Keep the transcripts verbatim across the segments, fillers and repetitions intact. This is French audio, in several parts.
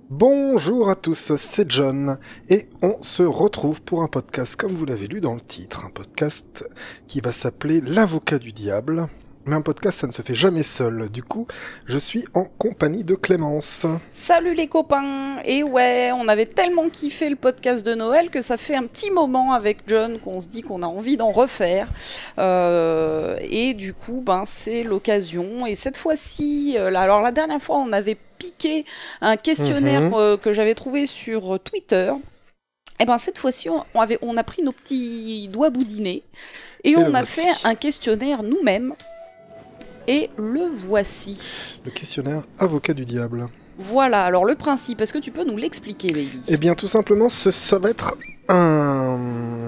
Bonjour à tous, c'est John, et on se retrouve pour un podcast, comme vous l'avez lu dans le titre, un podcast qui va s'appeler L'Avocat du Diable. Mais un podcast, ça ne se fait jamais seul, du coup, je suis en compagnie de Clémence. Salut les copains. Et ouais, on avait tellement kiffé le podcast de Noël que ça fait un petit moment avec John qu'on se dit qu'on a envie d'en refaire. Euh, et du coup, ben c'est l'occasion. Et cette fois-ci, euh, là, alors la dernière fois, on avait piqué un questionnaire Mhm. euh, que j'avais trouvé sur Twitter. Et ben cette fois-ci, on, on avait, on a pris nos petits doigts boudinés et, Et on le a voici. fait un questionnaire nous-mêmes. Et le voici. Le questionnaire Avocat du Diable. Voilà, alors le principe, est-ce que tu peux nous l'expliquer, baby? Eh bien, tout simplement, ce, ça va être un...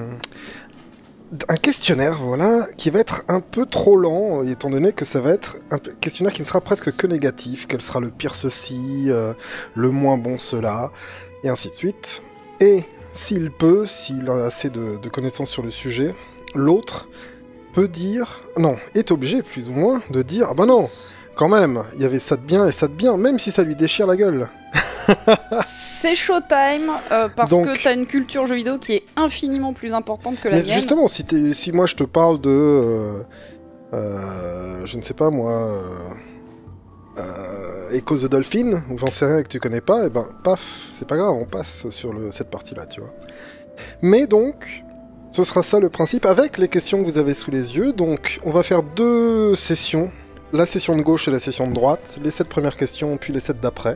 un questionnaire, voilà, qui va être un peu trop lent, étant donné que ça va être un questionnaire qui ne sera presque que négatif, quel sera le pire ceci, euh, le moins bon cela, et ainsi de suite. Et s'il peut, s'il a assez de, de connaissances sur le sujet, l'autre peut dire, non, est obligé plus ou moins de dire, ah bah non, quand même, il y avait ça de bien et ça de bien, même si ça lui déchire la gueule. C'est Showtime, euh, parce Donc- que t'as une culture jeu vidéo qui est infiniment plus importante que la Mais mienne. justement, si, t'es- si moi je te parle de, euh, euh, je ne sais pas moi, euh, euh, Echo the Dolphin, ou j'en sais rien que tu connais pas, et ben paf, c'est pas grave, on passe sur le, cette partie-là, tu vois. Mais donc, ce sera ça le principe, avec les questions que vous avez sous les yeux. Donc, on va faire deux sessions, la session de gauche et la session de droite, les sept premières questions, puis les sept d'après.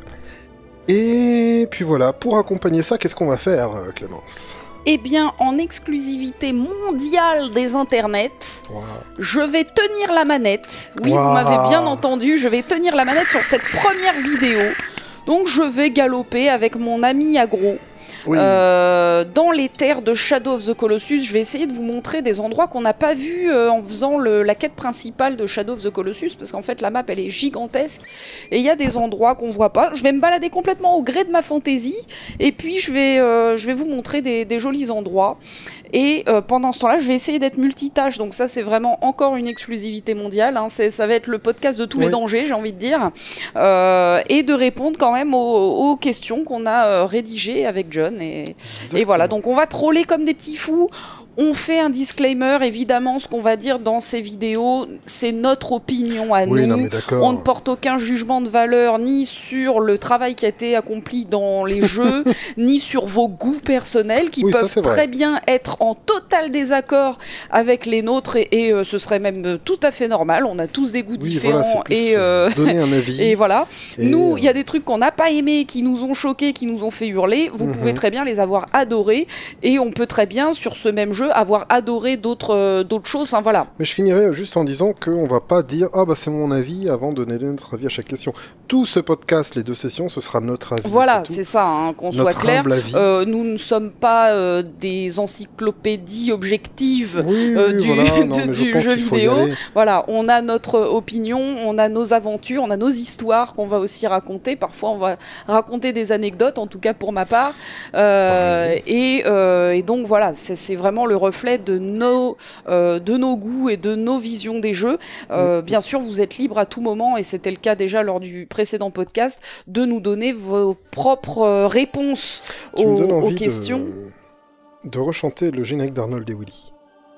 Et puis voilà, pour accompagner ça, qu'est-ce qu'on va faire, euh, Clémence? Eh bien, en exclusivité mondiale des internets, Wow. je vais tenir la manette. Oui, Wow. vous m'avez bien entendu, je vais tenir la manette sur cette première vidéo. Donc je vais galoper avec mon ami Agro. Oui. Euh, dans les terres de Shadow of the Colossus, je vais essayer de vous montrer des endroits qu'on n'a pas vus euh, en faisant le, la quête principale de Shadow of the Colossus, parce qu'en fait la map elle est gigantesque et il y a des endroits qu'on voit pas. Je vais me balader complètement au gré de ma fantaisie et puis je vais, euh, je vais vous montrer des, des jolis endroits. Et euh, pendant ce temps-là, je vais essayer d'être multitâche, donc ça c'est vraiment encore une exclusivité mondiale, hein. C'est, ça va être le podcast de tous Oui. les dangers, j'ai envie de dire, euh, et de répondre quand même aux, aux questions qu'on a euh, rédigées avec John. Et, et voilà, donc on va troller comme des petits fous. On fait un disclaimer, évidemment, ce qu'on va dire dans ces vidéos, c'est notre opinion à Oui, nous. non mais d'accord. On ne porte aucun jugement de valeur ni sur le travail qui a été accompli dans les jeux, ni sur vos goûts personnels qui Oui, ça, peuvent c'est vrai. très bien être en total désaccord avec les nôtres et, et, euh, ce serait même euh, tout à fait normal. On a tous des goûts Oui, différents voilà, c'est plus et, euh, donner un avis. et voilà. Et, Nous, euh, il y a des trucs qu'on n'a pas aimés, qui nous ont choqués, qui nous ont fait hurler. Vous Mhm. pouvez très bien les avoir adorés et on peut très bien sur ce même jeu avoir adoré d'autres euh, d'autres choses. Enfin voilà. Mais je finirai juste en disant qu'on va pas dire « Ah bah c'est mon avis » avant de donner notre avis à chaque question. Tout ce podcast, les deux sessions, ce sera notre avis. Voilà, c'est c'est tout. ça, hein, qu'on soit Notre clair. humble avis. Euh, nous ne sommes pas euh, des encyclopédies objectives Oui, euh, oui, du, voilà, non, de- mais je du pense jeu qu'il faut y vidéo. aller. Voilà, on a notre opinion, on a nos aventures, on a nos histoires qu'on va aussi raconter. Parfois, on va raconter des anecdotes, en tout cas pour ma part. Euh, Pareil. et, euh, et donc voilà, c'est c'est vraiment le reflet de nos, euh, de nos goûts et de nos visions des jeux. Euh, Mm. Bien sûr, vous êtes libre à tout moment, et c'était le cas déjà lors du précédent podcast, de nous donner vos propres euh, réponses Tu me aux, donnes aux envie questions. de... de rechanter le générique d'Arnold et Willy.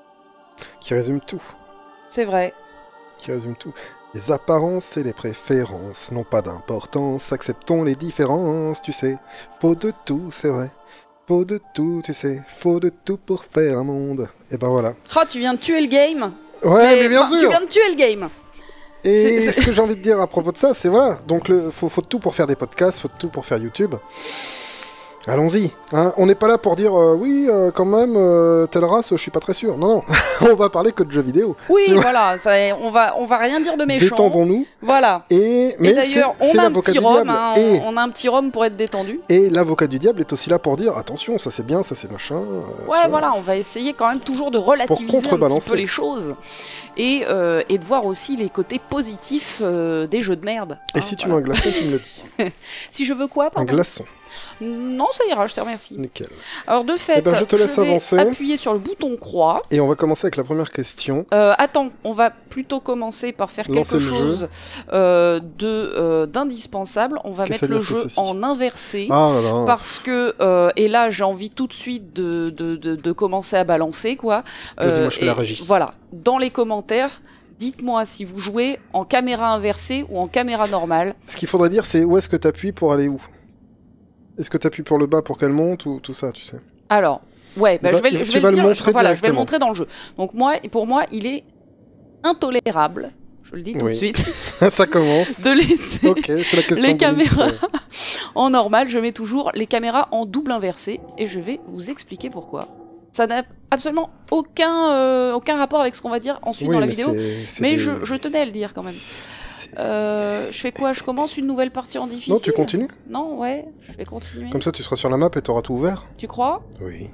Qui résume tout. C'est vrai. Qui résume tout. Les apparences et les préférences n'ont pas d'importance, acceptons les différences, tu sais. Faut de tout, c'est vrai. Faut de tout, tu sais. Faut de tout pour faire un monde. Et ben voilà. Oh, tu viens de tuer le game. Ouais, mais, bien enfin, sûr. Tu viens de tuer le game. Et c'est- ce que j'ai envie de dire à propos de ça, c'est voilà. Donc, le, faut, faut de tout pour faire des podcasts, faut de tout pour faire YouTube. Allons-y. Hein. On n'est pas là pour dire euh, oui, euh, quand même, euh, telle race, je suis pas très sûr. Non, non. On va parler que de jeux vidéo. Oui, Tu vois. voilà. Ça, on va, on va rien dire de méchant. Détendons-nous. Voilà. Et, mais Et d'ailleurs, c'est- c'est on a un l'avocat petit du rhum. diable. Hein, Et, on, on a un petit rhum pour être détendu. et l'avocat du diable est aussi là pour dire attention, ça c'est bien, ça c'est machin. euh, tu Ouais, vois. voilà, on va essayer quand même toujours de relativiser un petit contrebalancer. peu les choses et, euh, et de voir aussi les côtés positifs euh, des jeux de merde. Et hein, si tu voilà. veux un glaçon, tu me le dis. Si je veux quoi, Un pardon glaçon. Non, ça ira, je te remercie. Nickel. Alors de fait, eh ben, je, te laisse je vais avancer. appuyer sur le bouton croix. Et on va commencer avec la première question. Euh, attends, on va plutôt commencer par faire Lancer quelque le chose euh, de euh, d'indispensable. On va Qu'est-ce mettre que ça le veut dire, jeu que ceci en inversé. Ah là là. Parce que, euh, et là j'ai envie tout de suite de, de, de, de commencer à balancer, quoi. Vas-y, moi je fais et la régie. Voilà, dans les commentaires, dites-moi si vous jouez en caméra inversée ou en caméra normale. Ce qu'il faudrait dire, c'est où est-ce que tu appuies pour aller où? Est-ce que tu appuies pour le bas pour qu'elle monte ou tout ça, tu sais? Alors, ouais, bah, va, je vais, tu je vais vas le le dire, montrer je, voilà, je vais le directement. montrer dans le jeu. Donc moi, pour moi, il est intolérable, je le dis tout Oui. de suite, Ça commence. de laisser Ok, c'est la question les de caméras Lys. en normal. Je mets toujours les caméras en double inversé et je vais vous expliquer pourquoi. Ça n'a absolument aucun, euh, aucun rapport avec ce qu'on va dire ensuite Oui, dans la mais vidéo, c'est- c'est mais des- je, je tenais à le dire quand même. Euh, je fais quoi? Je commence une nouvelle partie en difficile? Non, tu continues. Non, ouais, je vais continuer. Comme ça, tu seras sur la map et t'auras tout ouvert. Tu crois? Oui.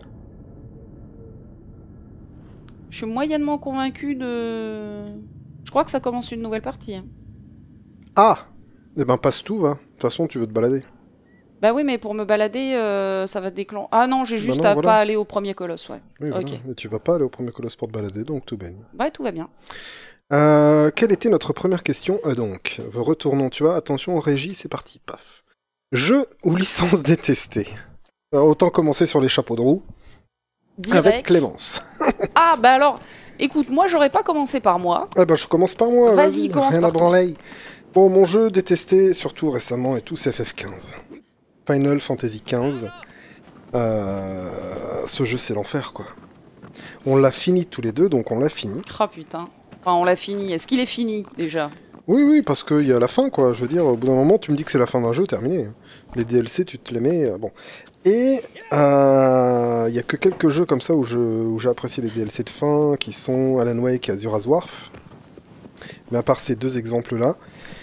Je suis moyennement convaincu de... Je crois que ça commence une nouvelle partie. hein. Ah. Eh ben, passe tout, va. De toute façon, tu veux te balader. Bah oui, mais pour me balader, euh, ça va déclencher... Ah non, j'ai juste non, à voilà. pas aller au premier colosse, ouais. Oui, voilà. Ok. Et tu vas pas aller au premier colosse pour te balader, donc tout baigne. Bah tout va bien. Euh, quelle était notre première question? Euh, Donc, retournons, tu vois, attention, régie, c'est parti, paf. Jeu ou licence détestée? Alors, autant commencer sur les chapeaux de roue, Direct. avec Clémence. Ah bah alors, écoute, moi j'aurais pas commencé par moi. Ah bah je commence par moi, Vas-y, vas-y, commence rien par à toi. branler. Bon, mon jeu détesté, surtout récemment et tout, c'est F F quinze. Final Fantasy quinze. Euh, ce jeu, c'est l'enfer, quoi. On l'a fini tous les deux, donc on l'a fini. Oh putain. Enfin, on l'a fini. Est-ce qu'il est fini déjà? Oui, oui, parce qu'il y a la fin, quoi. Je veux dire, au bout d'un moment, tu me dis que c'est la fin d'un jeu, terminé. Les D L C, tu te les mets, euh, bon. Et euh, il y a que quelques jeux comme ça où je- où j'ai apprécié les D L C de fin, qui sont Alan Wake et Azura's Wharf. Mais à part ces deux exemples-là,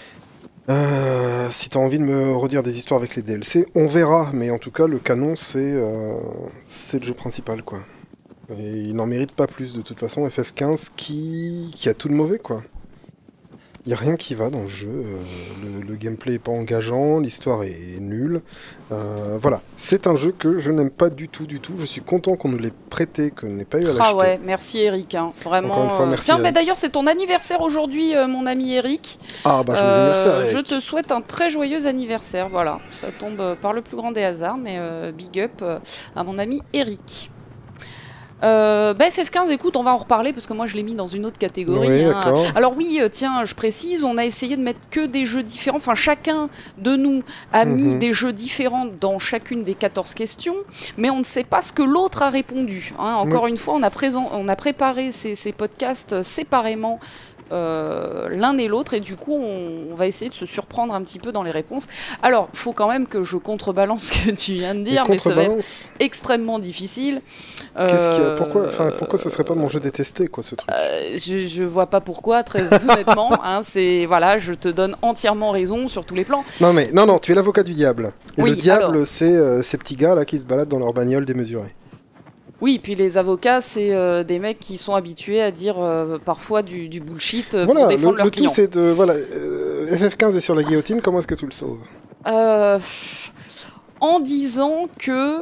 euh, si t'as envie de me redire des histoires avec les D L C, on verra. Mais en tout cas, le canon, c'est euh, c'est le jeu principal, quoi. Et il n'en mérite pas plus, de toute façon, F F quinze qui, qui a tout de mauvais, quoi. Il n'y a rien qui va dans le jeu, euh, le, le gameplay est pas engageant, l'histoire est nulle. Euh, voilà, c'est un jeu que je n'aime pas du tout, du tout. Je suis content qu'on nous l'ait prêté, qu'on n'ait pas eu à l'acheter. Ah ouais, merci Eric, hein. Vraiment. Encore une fois, euh, merci, Tiens, mais Eric. d'ailleurs, c'est ton anniversaire aujourd'hui, euh, mon ami Eric. Ah bah, je Euh, vous anniversaire, je Eric. te souhaite un très joyeux anniversaire, voilà. Ça tombe euh, par le plus grand des hasards, mais euh, big up euh, à mon ami Eric. Euh, bah F F quinze, écoute, on va en reparler parce que moi je l'ai mis dans une autre catégorie. Oui, hein. d'accord. Alors oui, euh, tiens, je précise, on a essayé de mettre que des jeux différents. Enfin, chacun de nous a mis Mhm. des jeux différents dans chacune des quatorze questions, mais on ne sait pas ce que l'autre a répondu. hein. Encore une fois, on a, présent, on a préparé ces, ces podcasts séparément. Euh, l'un et l'autre, et du coup on, on va essayer de se surprendre un petit peu dans les réponses. Alors, faut quand même que je contrebalance ce que tu viens de dire, Et mais ça va être contrebalance, extrêmement difficile. qu'est-ce qu'il y a Euh, pourquoi, enfin, pourquoi ce serait pas mon jeu détesté, quoi, ce truc? euh, je, je vois pas pourquoi, très honnêtement. hein, c'est voilà, je te donne entièrement raison sur tous les plans. Non mais, non, non, tu es l'avocat du diable. Et Oui, le diable, alors. c'est euh, ces petits gars là qui se baladent dans leur bagnole démesurée. Oui, puis les avocats, c'est euh, des mecs qui sont habitués à dire euh, parfois du, du bullshit euh, Voilà, pour le, défendre le leurs tout clients. c'est de, voilà, euh, F F quinze est sur la guillotine, comment est-ce que tu le sauves? Euh, pff, en disant que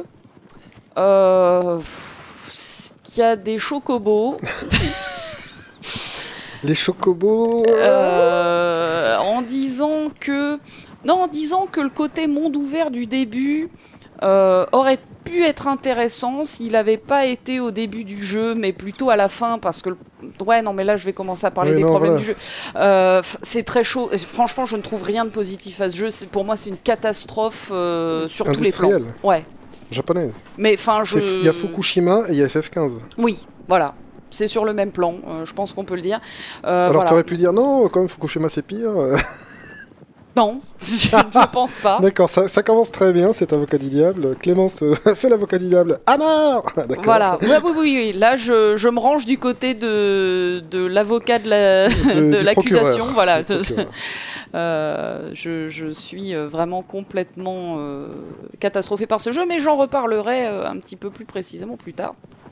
euh, pff, qu'il y a des chocobos, Les chocobos... euh, en disant que non, en disant que le côté monde ouvert du début euh, aurait pu être intéressant s'il n'avait pas été au début du jeu, mais plutôt à la fin, parce que le- ouais, non, mais là je vais commencer à parler Oui, des non, problèmes voilà. du jeu. Euh, f- c'est très chaud. Et franchement, je ne trouve rien de positif à ce jeu. C'est- Pour moi, c'est une catastrophe euh, sur tous les plans. Industrielle. Ouais. Japonaise. Mais enfin, je. C'est- Il y a Fukushima et il y a F F quinze. Oui, voilà. C'est sur le même plan, euh, je pense qu'on peut le dire. Euh, Alors voilà. tu aurais pu dire non, quand même Fukushima c'est pire. euh. Non, je ne pense pas. D'accord, ça, ça commence très bien, cet avocat du diable. Clémence euh, fait l'avocat du diable à mort. D'accord. Voilà, ouais, oui, oui, oui. Là, je, je me range du côté de, de l'avocat de la- De- de du l'accusation. procureur. Voilà, Du procureur. Euh, je, je suis euh, vraiment complètement euh, catastrophée par ce jeu, mais j'en reparlerai euh, un petit peu plus précisément plus tard.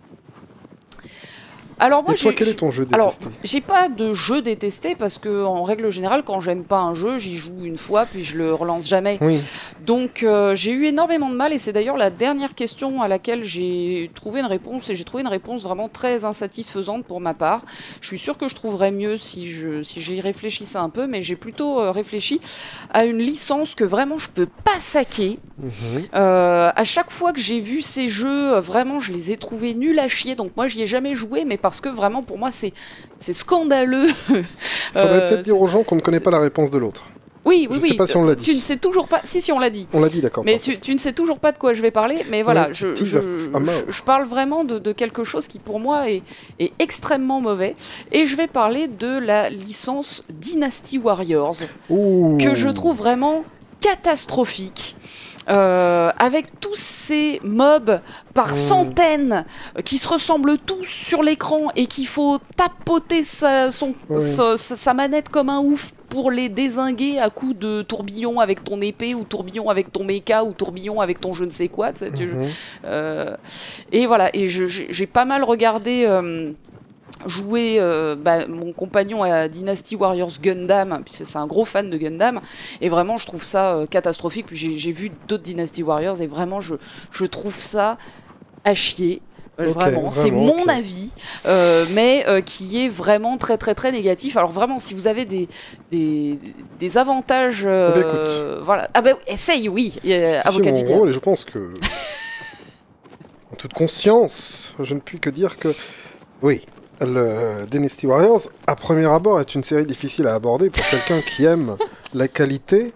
Alors moi, Et toi, j'ai- quel est ton jeu Alors, détesté? j'ai pas de jeu détesté parce que en règle générale, quand j'aime pas un jeu, j'y joue une fois puis je le relance jamais. Oui. Donc euh, j'ai eu énormément de mal et c'est d'ailleurs la dernière question à laquelle j'ai trouvé une réponse et j'ai trouvé une réponse vraiment très insatisfaisante pour ma part. Je suis sûre que je trouverais mieux si je si j'y réfléchissais un peu, mais j'ai plutôt euh, réfléchi à une licence que vraiment je peux pas saquer. Mmh. Euh, à chaque fois que j'ai vu ces jeux, vraiment je les ai trouvés nuls à chier. Donc moi j'y ai jamais joué, mais parce que vraiment pour moi c'est c'est scandaleux. Faudrait Euh, peut-être dire aux gens qu'on ne connaît pas la réponse de l'autre. Oui, oui, Je oui. sais pas si on l'a dit. Tu ne sais toujours pas. Si, si, on l'a dit. On l'a dit, d'accord. Mais tu, tu ne sais toujours pas de quoi je vais parler. Mais voilà, Ouais, je, tu je, teases à- à mort. je, je parle vraiment de, de quelque chose qui pour moi est, est extrêmement mauvais. Et je vais parler de la licence Dynasty Warriors, Ouh. que je trouve vraiment catastrophique. Euh, avec tous ces mobs par Mmh. centaines euh, qui se ressemblent tous sur l'écran et qu'il faut tapoter sa, son, Oui. sa, sa- sa manette comme un ouf pour les dézinguer à coups de tourbillon avec ton épée ou tourbillon avec ton mecha ou tourbillon avec ton je ne sais quoi. Tu sais, tu- Mhm. euh, et voilà, et je- j'ai j'ai pas mal regardé euh, jouer euh, bah, mon compagnon à Dynasty Warriors Gundam, puisque c'est un gros fan de Gundam, et vraiment je trouve ça euh, catastrophique. Puis j'ai j'ai vu d'autres Dynasty Warriors et vraiment je, je trouve ça à chier. Euh, Ok, vraiment, c'est vraiment, mon ok. avis, euh, mais euh, qui est vraiment très très très négatif. Alors vraiment, si vous avez des des, des avantages, euh, Eh ben, écoute. voilà, ah ben essaye, oui, euh, C'est avocat mon du diable. rôle et je pense que, en toute conscience, je ne puis que dire que, oui, le Dynasty Warriors, à premier abord, est une série difficile à aborder pour quelqu'un qui aime la qualité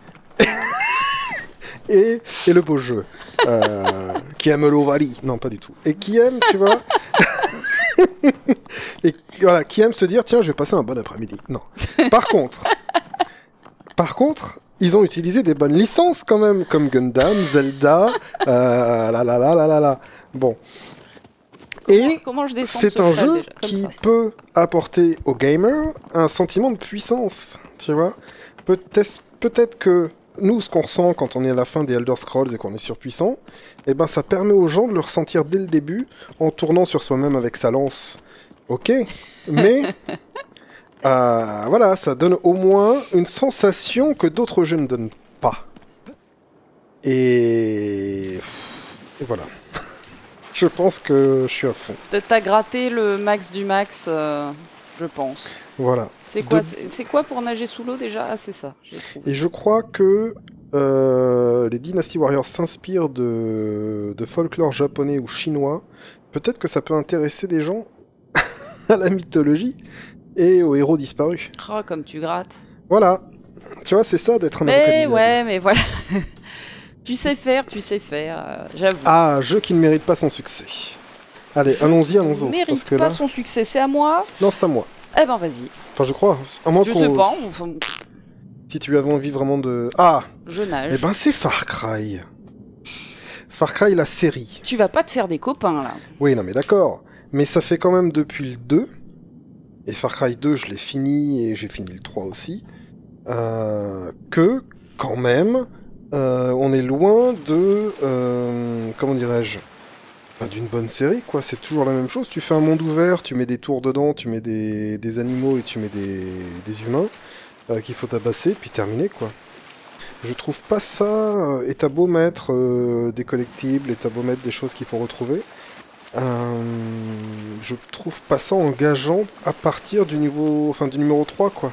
et, et le beau jeu. Euh, qui aime l'Ovalie. Non, pas du tout. Et qui aime, tu vois... et voilà, qui aime se dire, tiens, je vais passer un bon après-midi. Non. Par contre... Par contre, ils ont utilisé des bonnes licences quand même, comme Gundam, Zelda, euh, la la la la la la. Bon. Et Comment je descends c'est ce un cheval jeu déjà, comme qui ça. peut apporter aux gamers un sentiment de puissance, tu vois. Peut-être peut-être que nous, ce qu'on ressent quand on est à la fin des Elder Scrolls et qu'on est surpuissant, eh ben ça permet aux gens de le ressentir dès le début en tournant sur soi-même avec sa lance. Ok, mais euh, voilà, ça donne au moins une sensation que d'autres jeux ne donnent pas. Et, et voilà. Je pense que je suis à fond. T'as gratté le max du max, euh, je pense. Voilà. C'est quoi, De- c'est c'est quoi pour nager sous l'eau déjà? Ah, c'est ça, j'ai trouvé. Et je crois que euh, les Dynasty Warriors s'inspirent de, de folklore japonais ou chinois. Peut-être que ça peut intéresser des gens à la mythologie et aux héros disparus. Oh, comme tu grattes. Voilà. Tu vois, c'est ça d'être un avocat du Mais diable. ouais, mais voilà. Tu sais faire, tu sais faire, euh, j'avoue. Ah, jeu qui ne mérite pas son succès. Allez, allons-y, allons-y. Mérite parce que pas là... son succès, c'est à moi. Non, c'est à moi. Eh ben vas-y. Enfin, je crois. À moins Je qu'on- sais pas, enfin, Si tu avais envie vraiment de... Ah, je eh nage. ben c'est Far Cry. Far Cry, la série. Tu vas pas te faire des copains là. Oui, non mais d'accord. Mais ça fait quand même depuis le deux. Et Far Cry deux, je l'ai fini et j'ai fini le trois aussi. Euh, que, quand même, euh, on est loin de... euh, comment dirais-je ben, d'une bonne série, quoi. C'est toujours la même chose. Tu fais un monde ouvert, tu mets des tours dedans, tu mets des, des animaux et tu mets des, des humains euh, qu'il faut tabasser, puis terminer, quoi. Je trouve pas ça... euh, et t'as beau mettre euh, des collectibles, et t'as beau mettre des choses qu'il faut retrouver... Euh, je trouve pas ça engageant à partir du niveau, enfin du numéro trois, quoi.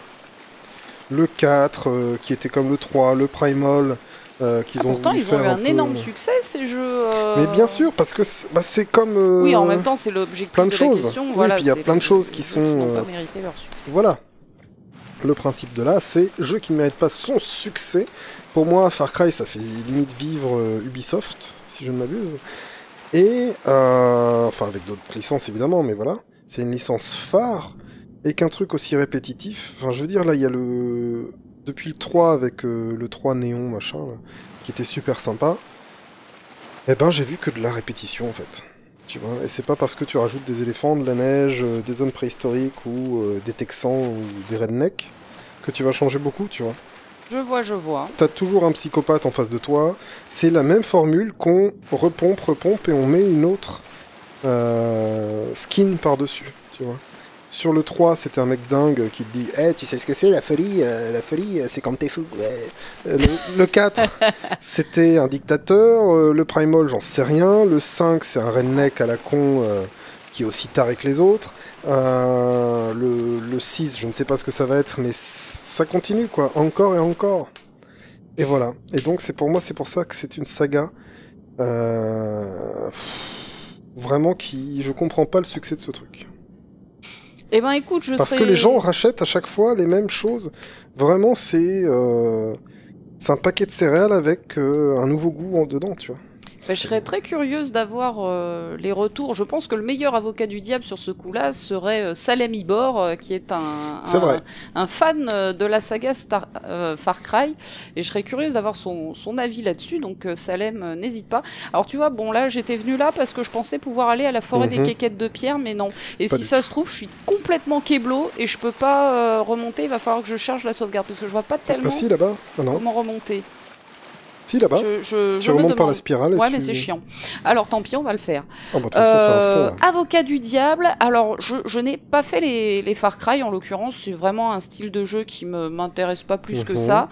Le quatre, euh, qui était comme le trois, le Primal, euh, qu'ils Ah, ont pourtant, voulu ils ont faire eu un, peu- énorme succès ces jeux. euh, Mais bien sûr, parce que c'est bah, c'est comme... euh, Oui, en même temps, c'est l'objectif plein de de la choses. question. Oui, Voilà, puis il y a c'est plein de le- choses les qui jeux sont, n'ont euh, pas mérité leur succès. Voilà. Le principe de là, c'est jeu qui ne mérite pas son succès. Pour moi, Far Cry, ça fait limite vivre euh, Ubisoft, si je ne m'abuse. Et, euh, enfin avec d'autres licences évidemment, mais voilà, c'est une licence phare, et qu'un truc aussi répétitif, enfin je veux dire là il y a le... Depuis le trois avec euh, le trois néon machin, là, qui était super sympa, eh ben j'ai vu que de la répétition en fait, tu vois, et c'est pas parce que tu rajoutes des éléphants, de la neige, euh, des zones préhistoriques ou euh, des texans ou des rednecks que tu vas changer beaucoup, tu vois. Je vois, je vois. T'as toujours un psychopathe en face de toi. C'est la même formule qu'on repompe, repompe et on met une autre euh, skin par-dessus, tu vois. sur le trois, c'était un mec dingue qui te dit hey, tu sais ce que c'est la folie euh, La folie, c'est quand t'es fou. Ouais. Euh, le, le quatre, c'était un dictateur. Euh, le Primal, j'en sais rien. Le cinq, c'est un redneck à la con euh, qui est aussi taré que les autres. Euh, le, le six, je ne sais pas ce que ça va être, mais ça continue, quoi. Encore et encore. Et voilà. Et donc, c'est pour moi, c'est pour ça que c'est une saga. Euh... Vraiment, qui... je comprends pas le succès de ce truc. Eh ben écoute, je Parce serais... que les gens rachètent à chaque fois les mêmes choses. Vraiment, c'est euh, c'est un paquet de céréales avec euh, un nouveau goût en dedans, tu vois. Ben, je serais très curieuse d'avoir euh, les retours. Je pense que le meilleur avocat du diable sur ce coup-là serait euh, Salem Ibor, euh, qui est un, C'est un, vrai. un fan euh, de la saga Star, euh, Far Cry, et je serais curieuse d'avoir son, son avis là-dessus. Donc euh, Salem, euh, n'hésite pas. Alors tu vois, bon là, j'étais venue là parce que je pensais pouvoir aller à la forêt Mhm. des quéquettes de pierre, mais non. Et Pas si du ça tout. se trouve, je suis complètement kéblo et je peux pas euh, remonter. Il va falloir que je charge la sauvegarde parce que je vois pas tellement Ah si, là-bas. Ah non. comment remonter. Si, là-bas. Je, je, Tu je me remontes par la demande. spirale et Ouais, tu... mais c'est chiant. Alors tant pis, on va le faire. Ah bah, de toute façon, c'est un Euh, fond, là. Avocat du diable. Alors, je, je n'ai pas fait les, les Far Cry en l'occurrence. C'est vraiment un style de jeu qui me m'intéresse pas plus que Mhm. ça.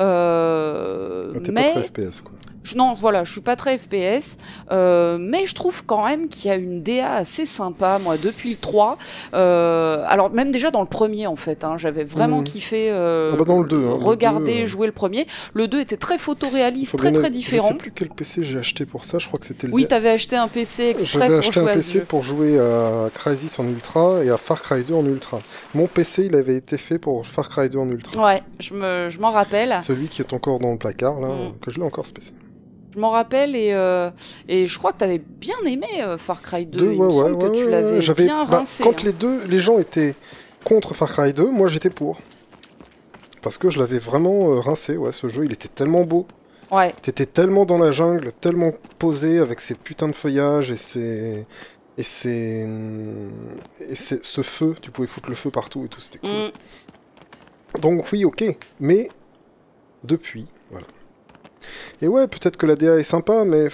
Euh, Ah, T'es mais pas très F P S, quoi. je- non, voilà, je suis pas très F P S, euh, mais je trouve quand même qu'il y a une D A assez sympa, moi, depuis le trois. Euh, alors, même déjà dans le premier, en fait, hein, j'avais vraiment Mhm. kiffé euh, Ah bah, dans le deux, hein, le regarder, deux, euh, jouer le premier. Le deux était très photoréaliste, Faut très bien- très différent. Je sais plus quel P C j'ai acheté pour ça, je crois que c'était le... Oui, der- t'avais acheté un P C exprès J'avais pour acheté jouer un à ce P C jeu. pour jouer à Crysis en Ultra et à Far Cry deux en Ultra. Mon P C, il avait été fait pour Far Cry deux en Ultra. Ouais, je me, je m'en rappelle. Celui qui est encore dans le placard, là, Mm. que je l'ai encore ce P C. Je m'en rappelle et, euh, et je crois que t'avais bien aimé euh, Far Cry deux. Deux, Il ouais, me ouais, semble ouais, que tu ouais, l'avais j'avais- bien bah, rincé. Quand hein. les deux, les gens étaient contre Far Cry deux, moi j'étais pour. Parce que je l'avais vraiment euh, rincé, ouais, ce jeu, il était tellement beau. Ouais, T'étais tellement dans la jungle, tellement posé avec ces putains de feuillages et ces... Et ces... Et ces... ce feu, tu pouvais foutre le feu partout et tout, c'était cool. mm, Donc oui, ok, mais depuis, voilà. Et ouais, peut-être que la D A est sympa, mais...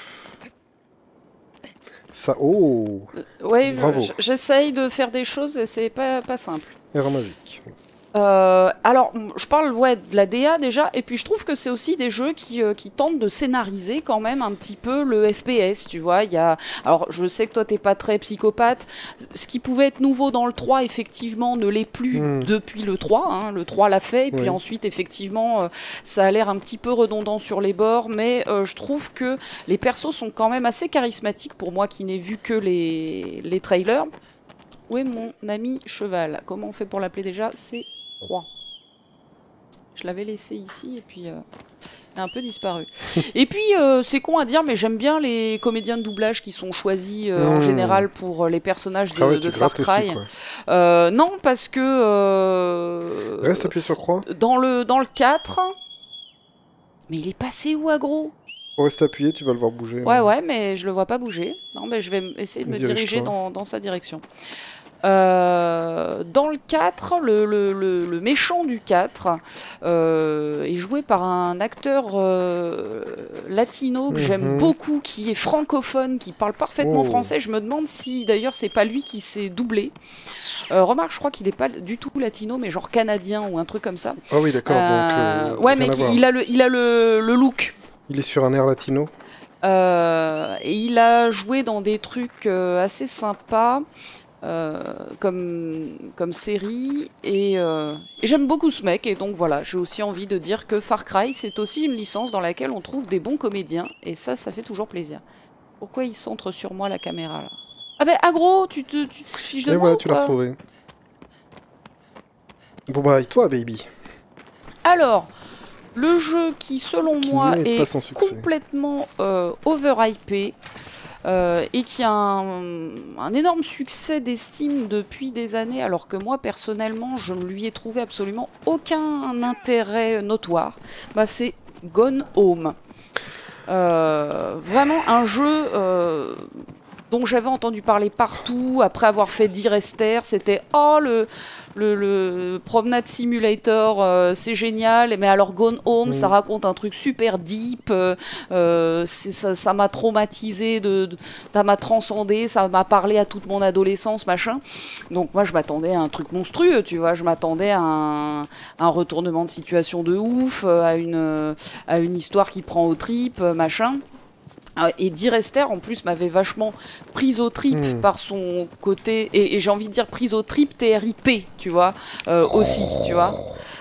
Ça... Oh, ouais, Bravo. je- j'essaye de faire des choses et c'est pas, pas simple. erreur magique. Euh, alors, m- je parle ouais, de la D A déjà, et puis je trouve que c'est aussi des jeux qui, euh, qui tentent de scénariser quand même un petit peu le F P S, tu vois. Il y a... Alors, je sais que toi, t'es pas très psychopathe. Ce qui pouvait être nouveau dans le trois, effectivement, ne l'est plus Mm. depuis le trois. Hein. Le trois l'a fait, et puis Oui. ensuite, effectivement, euh, ça a l'air un petit peu redondant sur les bords, mais euh, je trouve que les persos sont quand même assez charismatiques pour moi qui n'ai vu que les, les trailers. Où est mon ami cheval? Comment on fait pour l'appeler déjà? C'est Croix. Je l'avais laissé ici et puis euh, il a un peu disparu. Et puis euh, c'est con à dire, mais j'aime bien les comédiens de doublage qui sont choisis euh, en Mmh. général pour euh, les personnages de, Ah ouais, de tu Far grattes Cry. aussi, quoi. Euh, non, parce que euh, Reste appuyé sur croix. dans le dans le quatre. Mais il est passé où, aggro? Pour rester appuyé, tu vas le voir bouger. Ouais, ouais, mais je le vois pas bouger. Non, mais je vais m- essayer de me Dirige-toi. diriger dans, dans sa direction. Euh, dans le quatre, le, le, le, le méchant du quatre euh, est joué par un acteur euh, latino que j'aime Mhm. beaucoup, qui est francophone, qui parle parfaitement Oh. français. Je me demande si d'ailleurs c'est pas lui qui s'est doublé. Euh, remarque, je crois qu'il est pas du tout latino, mais genre canadien ou un truc comme ça. Ah oui, d'accord. Euh, donc, euh, ouais, rien mais à qui- voir. il a le, il a le, le look. Il est sur un air latino. Euh, et il a joué dans des trucs euh, assez sympas euh, comme, comme série et, euh, et j'aime beaucoup ce mec et donc voilà, j'ai aussi envie de dire que Far Cry c'est aussi une licence dans laquelle on trouve des bons comédiens et ça, ça fait toujours plaisir. Pourquoi il centre sur moi la caméra là? Ah ben aggro, tu te, tu te fiches de Et moi voilà, ou tu l'as quoi? retrouvé. Bon bah, et toi, baby? Alors, le jeu qui, selon Qui moi, mérite est pas son succès. complètement euh, overhypé euh, et qui a un, un énorme succès d'estime depuis des années, alors que moi, personnellement, je ne lui ai trouvé absolument aucun intérêt notoire, bah, c'est Gone Home. Euh, vraiment un jeu... euh, dont j'avais entendu parler partout, après avoir fait Direster, c'était « Oh, le, le, le Promenade Simulator, euh, c'est génial, mais alors Gone Home, mmh. ça raconte un truc super deep, euh, euh, ça, ça m'a traumatisé, de, de, ça m'a transcendé, ça m'a parlé à toute mon adolescence, machin. » Donc moi, je m'attendais à un truc monstrueux, tu vois, je m'attendais à un, un retournement de situation de ouf, à une, à une histoire qui prend aux tripes, machin. Et Direster, en plus, m'avait vachement prise aux tripes mmh. par son côté, et, et j'ai envie de dire prise aux tripes T R I P, tu vois, euh, aussi, tu vois.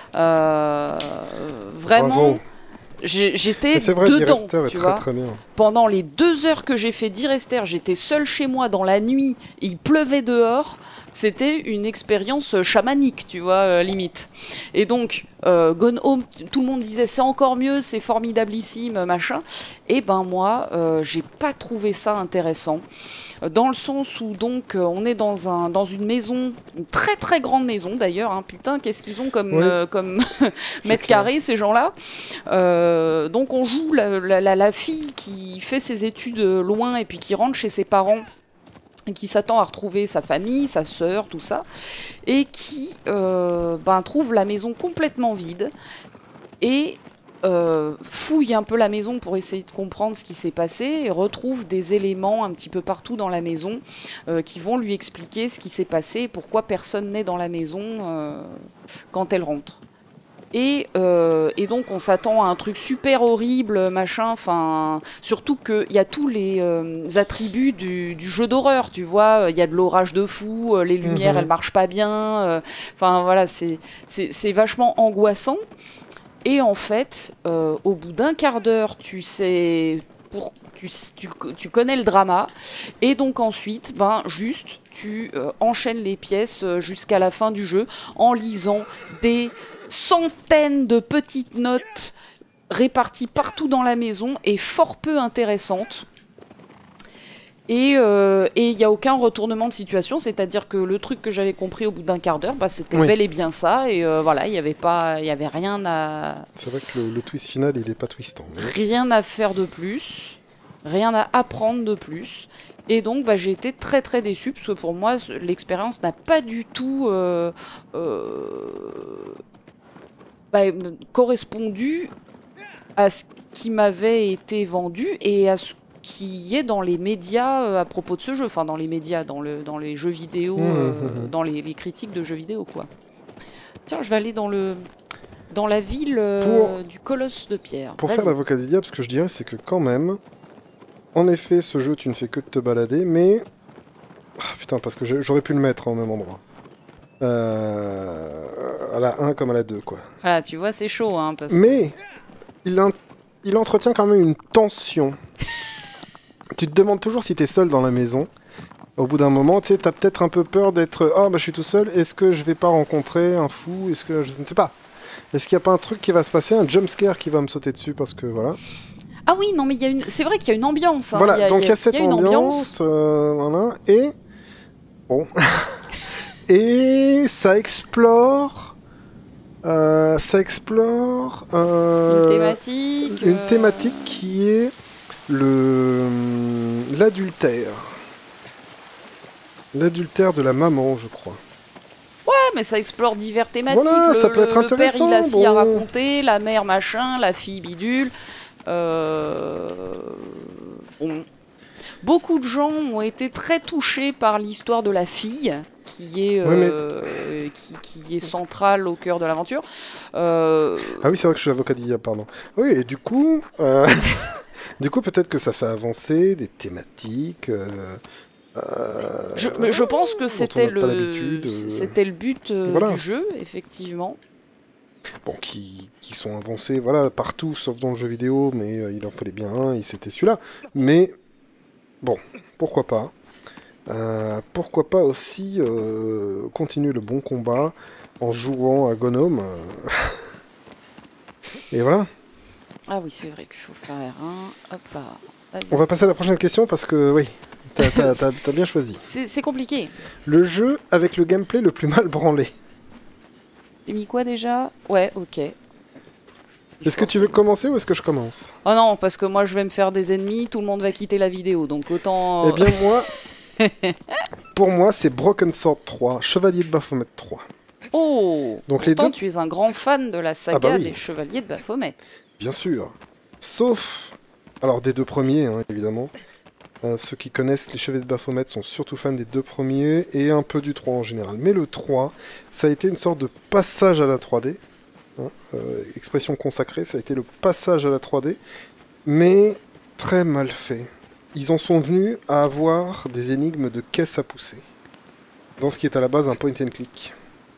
Euh, vraiment, j'étais vrai, dedans, tu très, vois. Très bien. Pendant les deux heures que j'ai fait Direster, j'étais seule chez moi dans la nuit, il pleuvait dehors. C'était une expérience chamanique, tu vois, euh, limite. Et donc, euh, Gone Home, tout le monde disait c'est encore mieux, c'est formidabilissime, machin. Et ben moi, euh, j'ai pas trouvé ça intéressant. Dans le sens où, donc, euh, on est dans, un, dans une maison, une très très grande maison d'ailleurs, hein, putain, qu'est-ce qu'ils ont comme, oui. euh, comme mètre carré, ces gens-là. Euh, donc, on joue la, la, la, la fille qui fait ses études loin et puis qui rentre chez ses parents, qui s'attend à retrouver sa famille, sa sœur, tout ça, et qui euh, ben, trouve la maison complètement vide et euh, fouille un peu la maison pour essayer de comprendre ce qui s'est passé et retrouve des éléments un petit peu partout dans la maison euh, qui vont lui expliquer ce qui s'est passé et pourquoi personne n'est dans la maison euh, quand elle rentre. Et, euh, et donc on s'attend à un truc super horrible, machin, enfin, surtout qu'il y a tous les euh, attributs du, du jeu d'horreur, tu vois, il y a de l'orage de fou, les lumières, mmh. elles marchent pas bien, enfin euh, voilà, c'est, c'est, c'est vachement angoissant. Et en fait, euh, au bout d'un quart d'heure, tu sais, pour, tu, tu, tu connais le drama, et donc ensuite, ben, juste, tu euh, enchaînes les pièces jusqu'à la fin du jeu en lisant des centaines de petites notes réparties partout dans la maison et fort peu intéressantes. Et il euh, n'y a aucun retournement de situation, c'est-à-dire que le truc que j'avais compris au bout d'un quart d'heure, bah, c'était oui. bel et bien ça, et euh, voilà, il n'y avait pas, il y avait rien à... C'est vrai que le, le twist final, il n'est pas twistant. Mais... Rien à faire de plus, rien à apprendre de plus. Et donc, bah, j'ai été très très déçue, parce que pour moi, l'expérience n'a pas du tout... Euh, euh, Bah, correspondu à ce qui m'avait été vendu et à ce qui est dans les médias euh, à propos de ce jeu, enfin dans les médias, dans, le, dans les jeux vidéo, mmh, euh, mmh. dans les, les critiques de jeux vidéo, quoi. Tiens, je vais aller dans, le, dans la ville euh, pour, du Colosse de Pierre. Pour Vas-y. Faire l'avocat du diable, ce que je dirais, c'est que quand même, en effet, ce jeu, tu ne fais que de te balader, mais... Ah, putain, parce que j'aurais pu le mettre au même endroit. Euh, à la un comme à la deux, quoi. Voilà, tu vois, c'est chaud, hein, parce mais que... il, in... il entretient quand même une tension. Tu te demandes toujours si t'es seul dans la maison. Au bout d'un moment, tu sais, t'as peut-être un peu peur d'être... Ah, oh, bah je suis tout seul, est-ce que je vais pas rencontrer un fou? Est-ce que... Je ne sais pas. Est-ce qu'il n'y a pas un truc qui va se passer, un jumpscare qui va me sauter dessus, parce que, voilà... Ah oui, non, mais il y a une... c'est vrai qu'il y a une ambiance. Hein. Voilà, il y a, donc il y, y a cette y a ambiance, ambiance. Euh, voilà, et... Bon... Et ça explore, euh, ça explore euh, une thématique, une euh... thématique qui est le l'adultère, l'adultère de la maman, je crois. Ouais, mais ça explore divers thématiques. Voilà, le, ça peut le, être intéressant. Le père, il a si bon. à raconter, la mère machin, la fille bidule. Euh... Bon. Beaucoup de gens ont été très touchés par l'histoire de la fille, qui est, euh, oui, mais... qui, qui est centrale au cœur de l'aventure. Euh... Ah oui, c'est vrai que je suis avocat d'I A, pardon. Oui, et du coup, euh... du coup, peut-être que ça fait avancer des thématiques. Euh... Euh... Je, mais je pense que c'était le, c'était le but euh, voilà. du jeu, effectivement. Bon, qui, qui sont avancés, voilà, partout, sauf dans le jeu vidéo, mais euh, il en fallait bien un, et c'était celui-là. Mais bon, pourquoi pas. Euh, pourquoi pas aussi euh, continuer le bon combat en jouant à Gone Home. Euh... et voilà. Ah oui, c'est vrai qu'il faut faire R un. Hop là. Vas-y. On va passer à la prochaine question parce que, oui, t'as, t'as, t'as, t'as bien choisi. C'est, c'est compliqué. Le jeu avec le gameplay le plus mal branlé. J'ai mis quoi déjà? Ouais, ok. Est-ce que tu veux commencer ou est-ce que je commence? Oh non, parce que moi je vais me faire des ennemis, tout le monde va quitter la vidéo, donc autant... Eh bien moi, pour moi c'est Broken Sword trois, Chevalier de Baphomet trois. Oh, donc les pourtant deux... tu es un grand fan de la saga ah bah oui. des Chevaliers de Baphomet. Bien sûr, sauf... Alors des deux premiers, hein, évidemment. Euh, ceux qui connaissent les Chevaliers de Baphomet sont surtout fans des deux premiers et un peu du trois en général. Mais le trois, ça a été une sorte de passage à la trois D. Hein, euh, expression consacrée, ça a été le passage à la trois D, mais très mal fait. Ils en sont venus à avoir des énigmes de caisse à pousser, dans ce qui est à la base un point and click.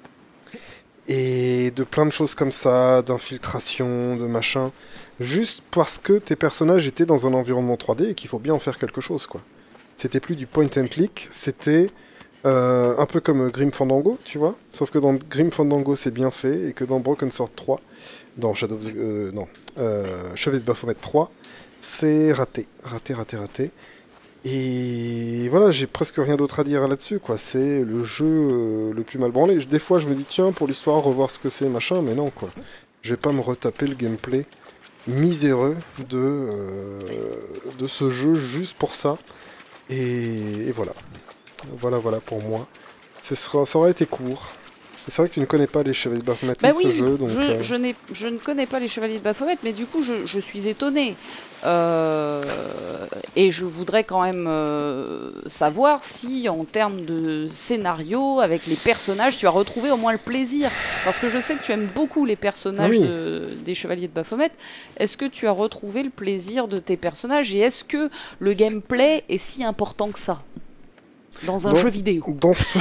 Et de plein de choses comme ça, d'infiltration, de machin, juste parce que tes personnages étaient dans un environnement trois D et qu'il faut bien en faire quelque chose, quoi. C'était plus du point and click, c'était euh, un peu comme Grim Fandango, tu vois, sauf que dans Grim Fandango c'est bien fait, et que dans Broken Sword trois, dans Shadow of the... Euh, non, euh, Chevalier de Baphomet trois, c'est raté, raté, raté, raté. Et voilà, j'ai presque rien d'autre à dire là-dessus, quoi. C'est le jeu euh, le plus mal branlé. Des fois, je me dis, tiens, pour l'histoire, revoir ce que c'est, machin, mais non, quoi. Je vais pas me retaper le gameplay miséreux de, euh, de ce jeu juste pour ça. Et, et voilà. Voilà, voilà, pour moi. Ce sera, ça aurait été court. C'est vrai que tu ne connais pas les Chevaliers de Baphomet, bah oui, ce jeu, donc... Je, euh... je, je ne connais pas les Chevaliers de Baphomet, mais du coup, je, je suis étonnée. Euh, et je voudrais quand même euh, savoir si, en termes de scénario, avec les personnages, tu as retrouvé au moins le plaisir. Parce que je sais que tu aimes beaucoup les personnages ah oui. de, des Chevaliers de Baphomet. Est-ce que tu as retrouvé le plaisir de tes personnages? Et est-ce que le gameplay est si important que ça dans un dans, jeu vidéo dans ce...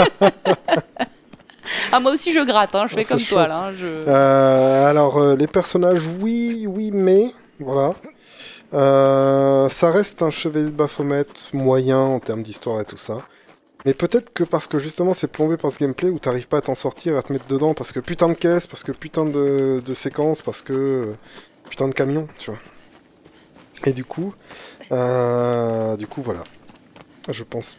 Ah, moi aussi je gratte, hein, je fais comme chaud. Toi là. Hein, je... euh, alors euh, les personnages, oui, oui, mais voilà. Euh, ça reste un Chevalier de Baphomet moyen en termes d'histoire et tout ça. Mais peut-être que parce que justement c'est plombé par ce gameplay où t'arrives pas à t'en sortir, à te mettre dedans, parce que putain de caisse, parce que putain de, de séquences, parce que euh, putain de camion, tu vois. Et du coup, euh, du coup voilà. Je pense.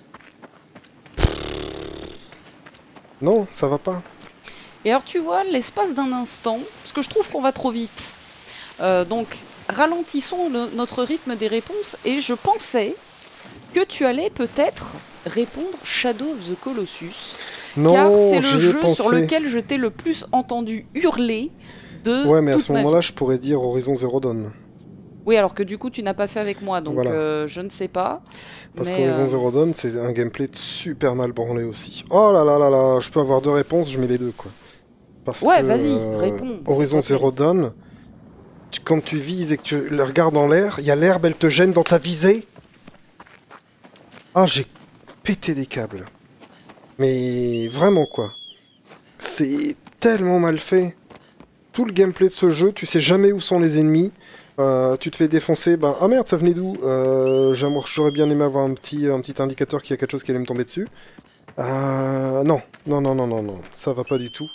Non, ça va pas. Et alors tu vois, l'espace d'un instant, parce que je trouve qu'on va trop vite. Euh, donc, ralentissons le, notre rythme des réponses, et je pensais que tu allais peut-être répondre Shadow of the Colossus. Non, car c'est le jeu pensé. sur lequel je t'ai le plus entendu hurler de Ouais, mais toute à ce moment-là, je pourrais dire Horizon Zero Dawn. Oui, alors que du coup, tu n'as pas fait avec moi, donc voilà. euh, je ne sais pas. Parce mais qu'Horizon euh... Zero Dawn, c'est un gameplay super mal branlé aussi. Oh là là là là, je peux avoir deux réponses, je mets les deux, quoi. Parce ouais, que, vas-y, euh, réponds. Horizon Zero Dawn, tu, quand tu vises et que tu le regardes dans l'air, il y a l'herbe, elle te gêne dans ta visée. Ah, j'ai pété des câbles. Mais vraiment, quoi. C'est tellement mal fait. Tout le gameplay de ce jeu, tu sais jamais où sont les ennemis. Euh, tu te fais défoncer, ben ah merde, ça venait d'où euh, J'aurais bien aimé avoir un petit, un petit indicateur qu'il y a quelque chose qui allait me tomber dessus. Euh, non, non, non, non, non, non, ça va pas du tout.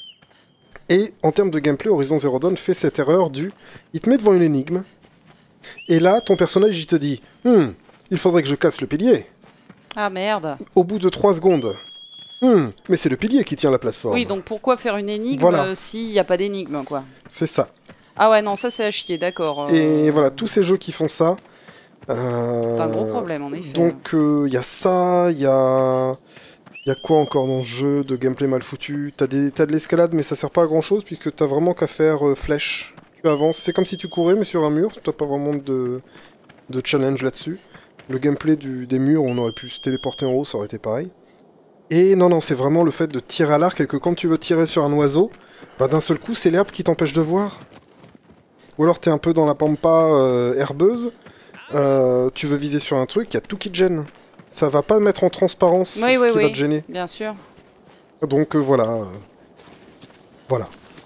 Et en termes de gameplay, Horizon Zero Dawn fait cette erreur du... Il te met devant une énigme, et là, ton personnage, il te dit hm, il faudrait que je casse le pilier. Ah merde. Au bout de trois secondes. Hmm, mais c'est le pilier qui tient la plateforme. Oui, donc pourquoi faire une énigme voilà. euh, s'il n'y a pas d'énigme, quoi. C'est ça. Ah ouais, non, ça c'est à chier, d'accord. Euh... Et voilà, tous ces jeux qui font ça... Euh... C'est un gros problème, en effet. Donc, il euh, y a ça, il y a... Il y a quoi encore dans ce jeu de gameplay mal foutu? T'as des... t'as de l'escalade, mais ça sert pas à grand chose, puisque t'as vraiment qu'à faire euh, flèche. Tu avances, c'est comme si tu courais, mais sur un mur, t'as pas vraiment de, de challenge là-dessus. Le gameplay du... des murs, on aurait pu se téléporter en haut, ça aurait été pareil. Et non, non, c'est vraiment le fait de tirer à l'arc, et que quand tu veux tirer sur un oiseau, bah d'un seul coup, c'est l'herbe qui t'empêche de voir. Ou alors t'es un peu dans la pampa euh, herbeuse, euh, tu veux viser sur un truc, il y a tout qui te gêne. Ça va pas mettre en transparence oui, ce oui, qui oui, va te gêner. Bien sûr. Donc euh, voilà. Euh, voilà.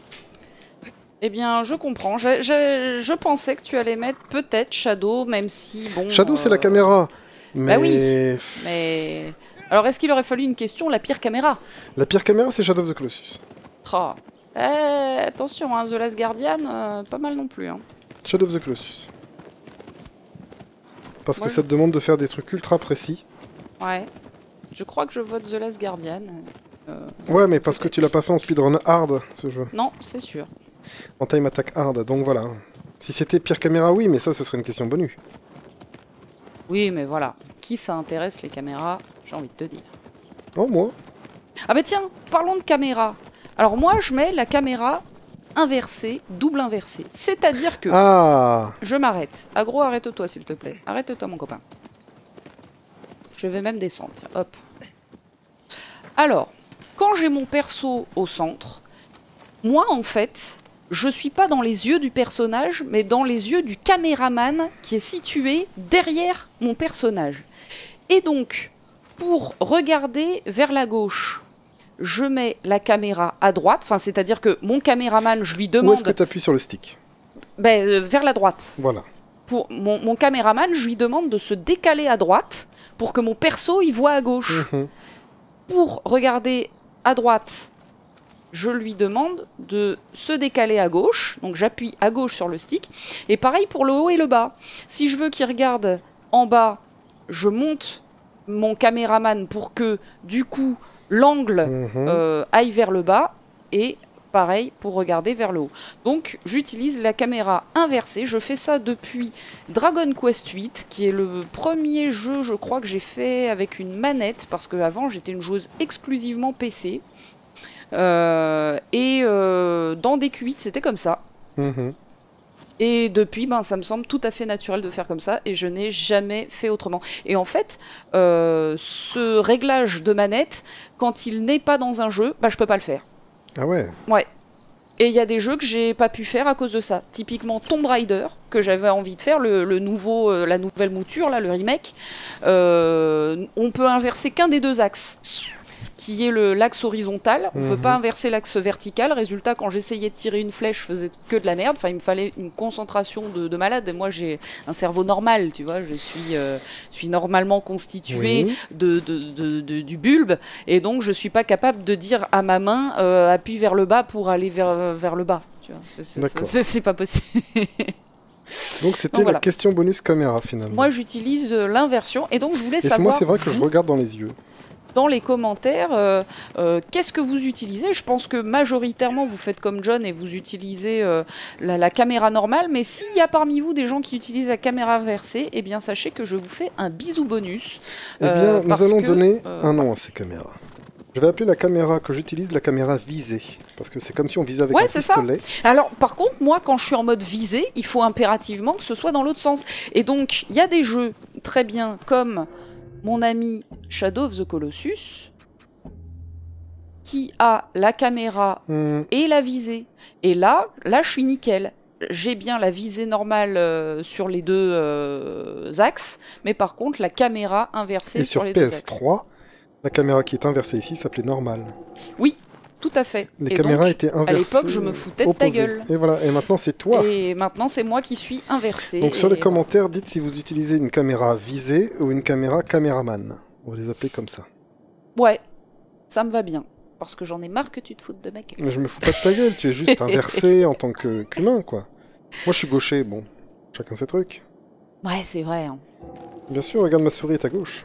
Eh bien, je comprends. Je, je, je pensais que tu allais mettre peut-être Shadow, même si, bon... Shadow, euh... c'est la caméra. Mais... Bah oui, mais... Alors, est-ce qu'il aurait fallu une question, la pire caméra? La pire caméra, c'est Shadow of the Colossus. Oh. Eh, attention, hein, The Last Guardian, euh, pas mal non plus. Hein. Shadow of the Colossus. Parce Moi, que ça te demande de faire des trucs ultra précis. Ouais. Je crois que je vote The Last Guardian. Euh... Ouais, mais parce que tu l'as pas fait en speedrun hard, ce jeu. Non, c'est sûr. En time attack hard, donc voilà. Si c'était pire caméra, oui, mais ça, ce serait une question bonus. Oui, mais voilà. Qui ça intéresse les caméras? J'ai envie de te dire. Oh, moi. Ah bah tiens, parlons de caméra. Alors moi, je mets la caméra inversée, double inversée. C'est-à-dire que... Ah. Je m'arrête. Agro, arrête-toi, s'il te plaît. Arrête-toi, mon copain. Je vais même descendre. Hop. Alors, quand j'ai mon perso au centre, moi, en fait, je suis pas dans les yeux du personnage, mais dans les yeux du caméraman qui est situé derrière mon personnage. Et donc, pour regarder vers la gauche, je mets la caméra à droite, enfin, c'est-à-dire que mon caméraman, je lui demande... Où est-ce que tu appuies sur le stick? Ben, euh, vers la droite. Voilà. Pour mon, mon caméraman, je lui demande de se décaler à droite pour que mon perso il voit à gauche. Mmh. Pour regarder à droite, je lui demande de se décaler à gauche. Donc j'appuie à gauche sur le stick. Et pareil pour le haut et le bas. Si je veux qu'il regarde en bas, je monte mon caméraman pour que du coup l'angle Mmh. euh, aille vers le bas. Et pareil pour regarder vers le haut. Donc j'utilise la caméra inversée. Je fais ça depuis Dragon Quest huit, qui est le premier jeu, je crois, que j'ai fait avec une manette, parce qu'avant j'étais une joueuse exclusivement P C. Euh, et euh, dans D Q huit, c'était comme ça. Mmh. Et depuis, ben, ça me semble tout à fait naturel de faire comme ça, et je n'ai jamais fait autrement. Et en fait, euh, ce réglage de manette, quand il n'est pas dans un jeu, ben, je peux pas le faire. Ah ouais. Ouais. Et il y a des jeux que j'ai pas pu faire à cause de ça. Typiquement Tomb Raider, que j'avais envie de faire, le, le nouveau, euh, la nouvelle mouture, là, le remake. Euh, on peut inverser qu'un des deux axes, qui est le l'axe horizontal. On Mhm. peut pas inverser l'axe vertical. Résultat, quand j'essayais de tirer une flèche, je faisais que de la merde. Enfin, il me fallait une concentration de, de malade. Et moi, j'ai un cerveau normal, tu vois. Je suis, euh, suis normalement constitué Oui. de, de, de, de- du bulbe. Et donc, je suis pas capable de dire à ma main, euh, appuie vers le bas pour aller vers, vers le bas. Tu vois. C'est- c'est- D'accord. C'est c'est pas possible. Donc c'était Donc, voilà. la question bonus caméra finalement. Moi, j'utilise euh, l'inversion. Et donc, je voulais Et c'est- savoir, moi, c'est vrai que je vous, regarde dans les yeux. dans les commentaires, euh, euh, qu'est-ce que vous utilisez? Je pense que majoritairement, vous faites comme John et vous utilisez euh, la, la caméra normale. Mais s'il y a parmi vous des gens qui utilisent la caméra inversée, eh bien, sachez que je vous fais un bisou bonus. Eh bien, euh, nous parce allons que, donner euh, un nom à ces caméras. Je vais appeler la caméra que j'utilise la caméra visée. Parce que c'est comme si on visait avec Ouais, un c'est ça. pistolet. Alors, par contre, moi, quand je suis en mode visée, il faut impérativement que ce soit dans l'autre sens. Et donc, il y a des jeux très bien comme mon ami Shadow of the Colossus, qui a la caméra Hmm. et la visée. Et là, là, je suis nickel. J'ai bien la visée normale euh, sur les deux euh, axes, mais par contre, la caméra inversée Et sur sur les P deux S axes. trois, la caméra qui est inversée ici s'appelait normale. Oui, tout à fait. Les Et caméras donc, étaient inversées. l'époque, je me foutais de ta opposées. gueule. Et voilà, et maintenant c'est toi. Et maintenant, c'est moi qui suis inversée. Donc sur Et les commentaires, dites si vous utilisez une caméra visée ou une caméra caméraman. On va les appeler comme ça. Ouais, ça me va bien. Parce que j'en ai marre que tu te foutes de ma gueule. Mais je me fous pas de ta gueule, tu es juste inversé en tant que- qu'humain, quoi. Moi je suis gaucher, bon, chacun ses trucs. Ouais, c'est vrai. Hein. Bien sûr, regarde, ma souris est à gauche.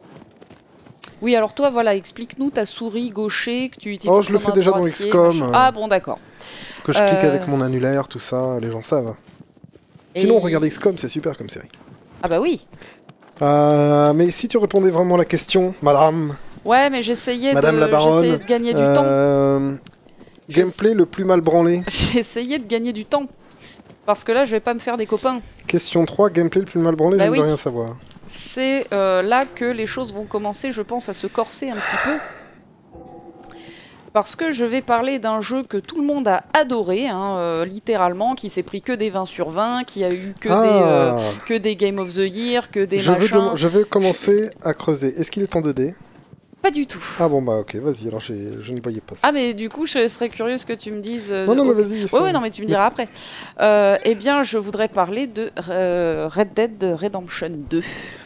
Oui, alors toi, voilà, explique-nous ta souris gaucher que tu utilises. Oh, je le comme fais un déjà dans droitier, X COM, machin. euh. Ah bon, d'accord. Que je clique Euh, avec mon annulaire, tout ça, les gens savent. Sinon, Et- regarde X COM, c'est super comme série. Ah bah oui. Euh, mais si tu répondais vraiment à la question, madame, Ouais, mais j'essayais Madame de, la baronne, j'essayais de gagner du temps. euh, gameplay le plus mal branlé. J'ai essayé de gagner du temps. Parce que là, je vais pas me faire des copains. Question trois, gameplay le plus mal branlé, Bah je ne oui. veux rien savoir. C'est euh, là que les choses vont commencer, je pense, à se corser un petit peu. Parce que je vais parler d'un jeu que tout le monde a adoré, hein, euh, littéralement, qui s'est pris que des vingt sur vingt, qui a eu que, Ah. des, euh, que des Game of the Year, que des je, veux machins. dem- je vais commencer à creuser. Est-ce qu'il est en deux D? Pas du tout. Ah bon, bah ok, vas-y, alors j'ai- je ne voyais pas ça. Ah, mais du coup, je serais curieuse que tu me dises... euh, non, non, mais ok. vas-y. Ouais, ça- ouais, non, mais tu me diras après. Euh, eh bien, je voudrais parler de euh, Red Dead Redemption deux.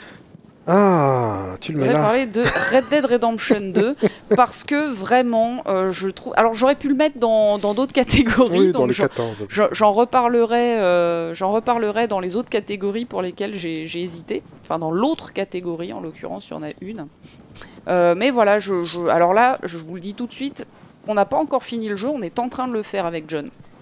Ah, tu le Je mets voudrais là. parler de Red Dead Redemption deux parce que vraiment, euh, je trouve... Alors, j'aurais pu le mettre dans dans d'autres catégories. Oui, dans donc les j'en- quatorze. j'en j'en reparlerai, euh, j'en reparlerai dans les autres catégories pour lesquelles j'ai j'ai hésité. Enfin, dans l'autre catégorie, en l'occurrence, il y en a une. Euh, mais voilà, je, je- alors là, je vous le dis tout de suite, on n'a pas encore fini le jeu, on est en train de le faire avec John.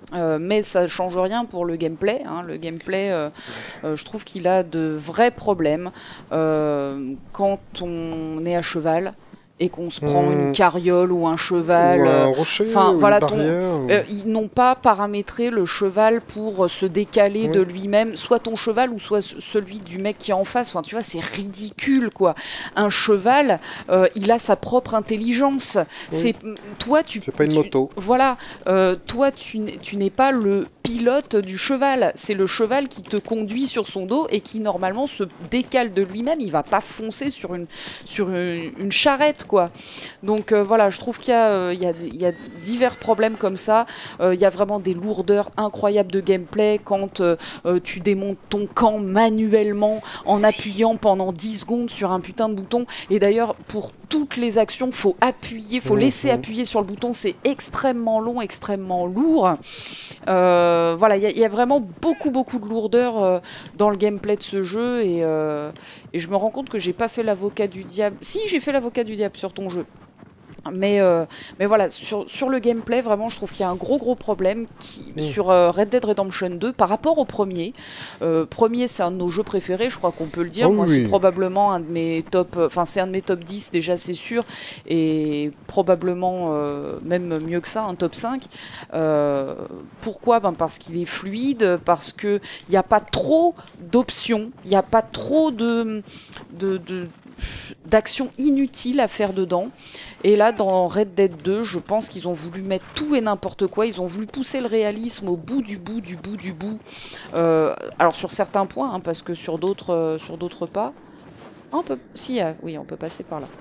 Euh, mais ça ne change rien pour le gameplay. Hein. Le gameplay, euh, euh, je trouve qu'il a de vrais problèmes. Euh, quand on est à cheval et qu'on se prend Mmh. une carriole ou un cheval, Ou un euh, rocher, enfin, ou voilà, une ton- barrière. ou- euh, ils n'ont pas paramétré le cheval pour se décaler Oui. de lui-même, soit ton cheval ou soit ce- celui du mec qui est en face. Enfin, tu vois, c'est ridicule, quoi. Un cheval, euh, il a sa propre intelligence. C'est toi, tu. C'est pas une tu- moto. Voilà, euh, toi, tu n'es tu n'es pas le pilote du cheval. C'est le cheval qui te conduit sur son dos et qui normalement se décale de lui-même. Il va pas foncer sur une sur une, une charrette, quoi. Donc euh, voilà, je trouve qu'il y a euh, il y a, il y a divers problèmes comme ça. Euh, Il y a vraiment des lourdeurs incroyables de gameplay quand euh, euh, tu démontes ton camp manuellement en appuyant pendant dix secondes sur un putain de bouton. Et d'ailleurs, pour toutes les actions, faut appuyer, faut Mhm. laisser appuyer sur le bouton. C'est extrêmement long, extrêmement lourd. Euh, voilà, il y, a- il y a vraiment beaucoup, beaucoup de lourdeur euh, dans le gameplay de ce jeu. Et, euh, et je me rends compte que j'ai pas fait l'avocat du diable. Si, j'ai fait l'avocat du diable sur ton jeu. Mais, euh, mais voilà, sur, sur le gameplay, vraiment, je trouve qu'il y a un gros gros problème qui, Mm. sur euh, Red Dead Redemption deux par rapport au premier. Euh, premier, c'est un de nos jeux préférés, je crois qu'on peut le dire. Oh Moi, oui. c'est probablement un de mes top, enfin, c'est un de mes top dix déjà, c'est sûr, et probablement euh, même mieux que ça, un top cinq. Euh, pourquoi ben parce qu'il est fluide, parce qu'il n'y a pas trop d'options, il n'y a pas trop de, de, de d'actions inutiles à faire dedans. Et là, dans Red Dead deux, je pense qu'ils ont voulu mettre tout et n'importe quoi. Ils ont voulu pousser le réalisme au bout du bout du bout du bout. Euh, alors sur certains points, hein, parce que sur d'autres, euh, sur d'autres pas. Ah, on peut, si, euh, oui, on peut passer par là.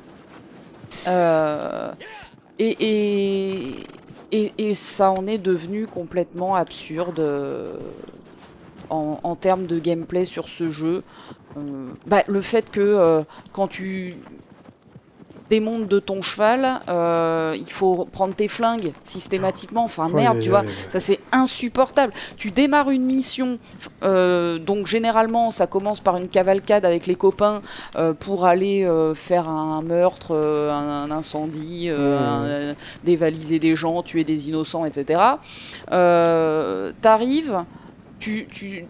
Euh, et, et, et, et ça en est devenu complètement absurde euh, en, en termes de gameplay sur ce jeu. Euh, bah, le fait que euh, quand tu démontes de ton cheval, euh, il faut prendre tes flingues systématiquement. Enfin merde, Ouais, tu ouais, vois, ouais. ça c'est insupportable. Tu démarres une mission, euh, donc généralement ça commence par une cavalcade avec les copains euh, pour aller euh, faire un meurtre, euh, un, un incendie, euh, Mmh. un- euh, dévaliser des gens, tuer des innocents, et cetera. Euh, T'arrives, tu, tu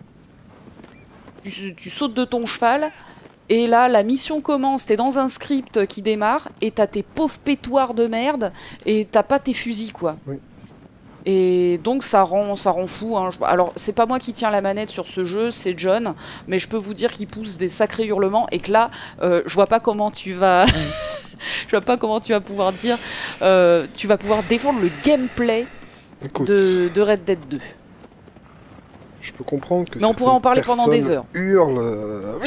tu, tu sautes de ton cheval, et là, la mission commence, t'es dans un script qui démarre, et t'as tes pauvres pétoires de merde, et t'as pas tes fusils, quoi. Oui. Et donc ça rend, ça rend fou. Hein. Alors, c'est pas moi qui tiens la manette sur ce jeu, c'est John, mais je peux vous dire qu'il pousse des sacrés hurlements, et que là, euh, je vois pas comment tu vas... je vois pas comment tu vas pouvoir dire... euh, tu vas pouvoir défendre le gameplay Écoute, de, de Red Dead deux. je peux comprendre que Mais on pourrait en parler pendant des certaines heures. hurlent. euh,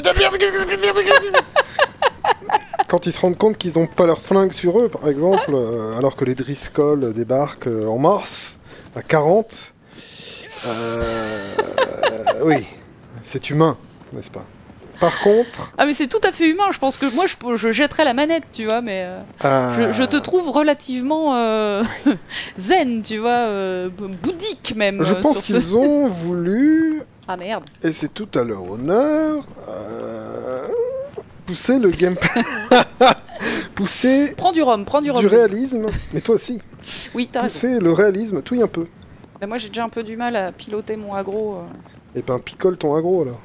Quand ils se rendent compte qu'ils n'ont pas leur flingue sur eux, par exemple, euh, alors que les Driscoll débarquent euh, en mars, à quarante. Euh, oui, c'est humain, n'est-ce pas? Par contre... Ah mais c'est tout à fait humain, je pense que moi je, je jetterais la manette, tu vois, mais euh, euh, je, je te trouve relativement euh, zen, tu vois, euh, bouddhique même. Je euh, pense sur qu'ils ce... ont voulu, Ah merde. et c'est tout à leur honneur, euh, pousser le gameplay... pousser Prends du rhum, prends du rhum. du réalisme, mais toi aussi, Oui, t'as raison. pousser le réalisme, tout y un peu. Mais moi j'ai déjà un peu du mal à piloter mon agro. euh. Et ben picole ton agro alors.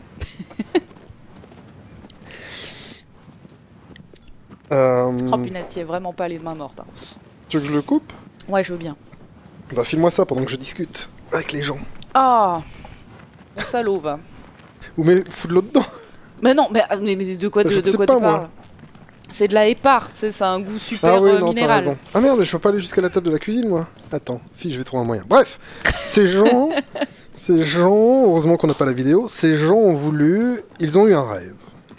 euh, Oh punaise, t'y es vraiment pas les mains mortes. Hein. Tu veux que je le coupe? Ouais, je veux bien. Bah file-moi ça pendant que je discute avec les gens. Ah, mon salaud va. Ou mais fous de l'eau dedans. Mais non, mais, mais mais de quoi, de, Je de sais quoi pas, tu moi. parles? C'est de la éparte, tu sais, c'est un goût super Ah oui, euh, non, t'as minéral. raison. Ah merde, je peux pas aller jusqu'à la table de la cuisine, moi. Attends, si, je vais trouver un moyen. Bref, ces gens, ces gens, heureusement qu'on n'a pas la vidéo, ces gens ont voulu, ils ont eu un rêve.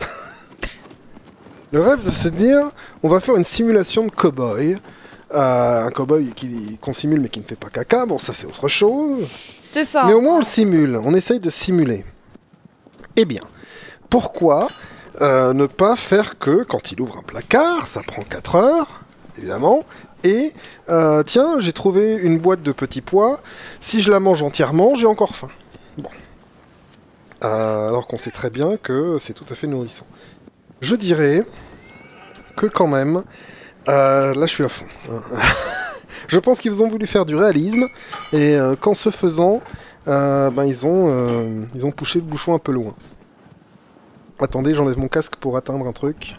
Le rêve de se dire, on va faire une simulation de cow-boy. Euh, un cow-boy qui, qu'on simule mais qui ne fait pas caca, bon ça c'est autre chose. C'est ça. Mais au moins on le simule, on essaye de simuler. Eh bien, pourquoi euh, ne pas faire que quand il ouvre un placard, ça prend quatre heures, évidemment, et euh, tiens, j'ai trouvé une boîte de petits pois, si je la mange entièrement, j'ai encore faim. Bon. Euh, alors qu'on sait très bien que c'est tout à fait nourrissant. Je dirais que quand même, euh, là je suis à fond. Je pense qu'ils ont voulu faire du réalisme, et euh, qu'en ce faisant, euh, ben, ils, ont, euh, ils ont poussé le bouchon un peu loin. Attendez, j'enlève mon casque pour atteindre un truc.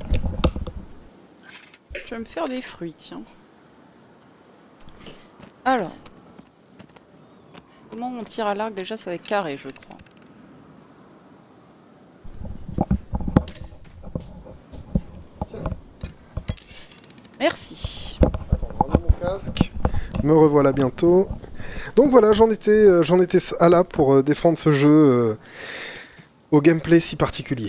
Je vais me faire des fruits, tiens. Alors. Comment on tire à l'arc déjà? C'est avec carré, je crois. Merci. Attends, on enlève mon casque. Me revoilà bientôt. Donc voilà, j'en étais, euh, j'en étais à là pour euh, défendre ce jeu euh, au gameplay si particulier.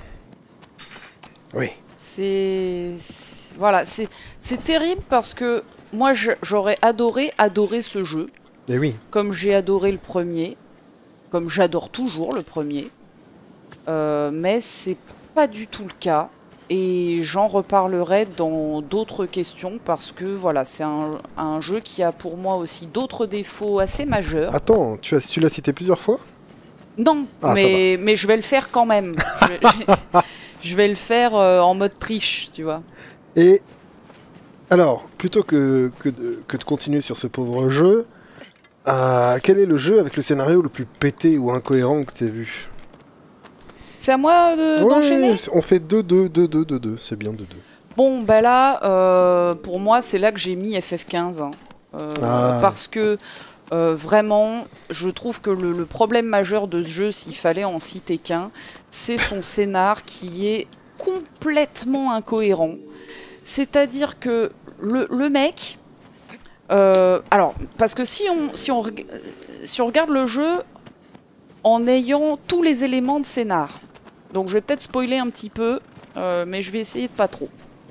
Oui. C'est... Voilà, c'est terrible parce que moi j'aurais adoré adorer ce jeu. Et oui. Comme j'ai adoré le premier. Comme j'adore toujours le premier. Euh, mais c'est pas du tout le cas. Et j'en reparlerai dans d'autres questions parce que voilà, c'est un, un jeu qui a pour moi aussi d'autres défauts assez majeurs. Attends, tu, as, tu l'as cité plusieurs fois? Non, ah, mais, mais je vais le faire quand même. je, je vais le faire euh, en mode triche, tu vois. Et alors, plutôt que, que, de, que de continuer sur ce pauvre jeu, euh, quel est le jeu avec le scénario le plus pété ou incohérent que tu as vu? C'est à moi d'enchaîner? Ouais, on fait deux deux, deux deux, deux deux, c'est bien deux deux. Bon, ben là, euh, pour moi, c'est là que j'ai mis F F quinze. Hein. Euh, ah. Parce que, euh, vraiment, je trouve que le, le problème majeur de ce jeu, s'il fallait en citer qu'un, c'est son scénar qui est complètement incohérent. C'est-à-dire que le, le mec... Euh, alors, parce que si on, si, on, si on regarde le jeu en ayant tous les éléments de scénar... Donc je vais peut-être spoiler un petit peu, euh, mais je vais essayer de pas trop.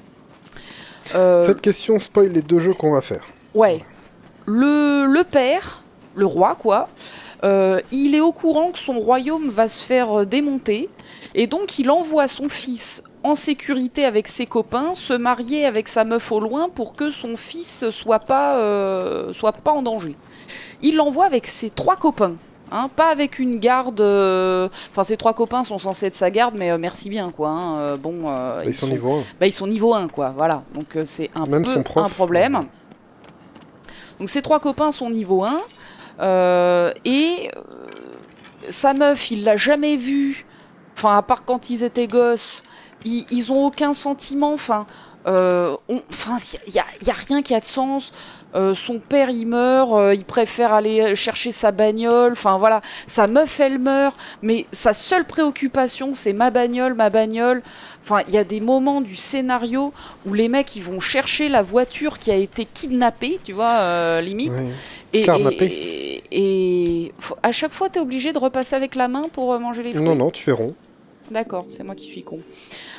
Euh, Cette question spoil les deux jeux qu'on va faire. Ouais. Le, le père, le roi quoi, euh, il est au courant que son royaume va se faire démonter, et donc il envoie son fils en sécurité avec ses copains, se marier avec sa meuf au loin pour que son fils soit pas, euh, soit pas en danger. Il l'envoie avec ses trois copains. Hein, pas avec une garde. Enfin, euh... ces trois copains sont censés être sa garde, mais euh, merci bien, quoi. Hein. Euh, bon, euh, bah, ils, ils sont sont niveau un. Bah, ils sont niveau un, quoi. Voilà. Donc, euh, c'est un Même peu son prof. un problème. Donc, ces trois copains sont niveau un. Euh, et euh, sa meuf, il l'a jamais vue. Enfin, à part quand ils étaient gosses. Ils, ils ont aucun sentiment. Enfin, euh, il n'y a, y a rien qui a de sens. Euh, son père il meurt, euh, il préfère aller chercher sa bagnole, enfin voilà, sa meuf elle meurt, mais sa seule préoccupation c'est ma bagnole, ma bagnole. Enfin, il y a des moments du scénario où les mecs ils vont chercher la voiture qui a été kidnappée, tu vois, euh, limite. Oui. Et, et, et, et à chaque fois t'es obligé de repasser avec la main pour euh, manger les fruits. Non, non, tu fais rond. D'accord, c'est moi qui suis con.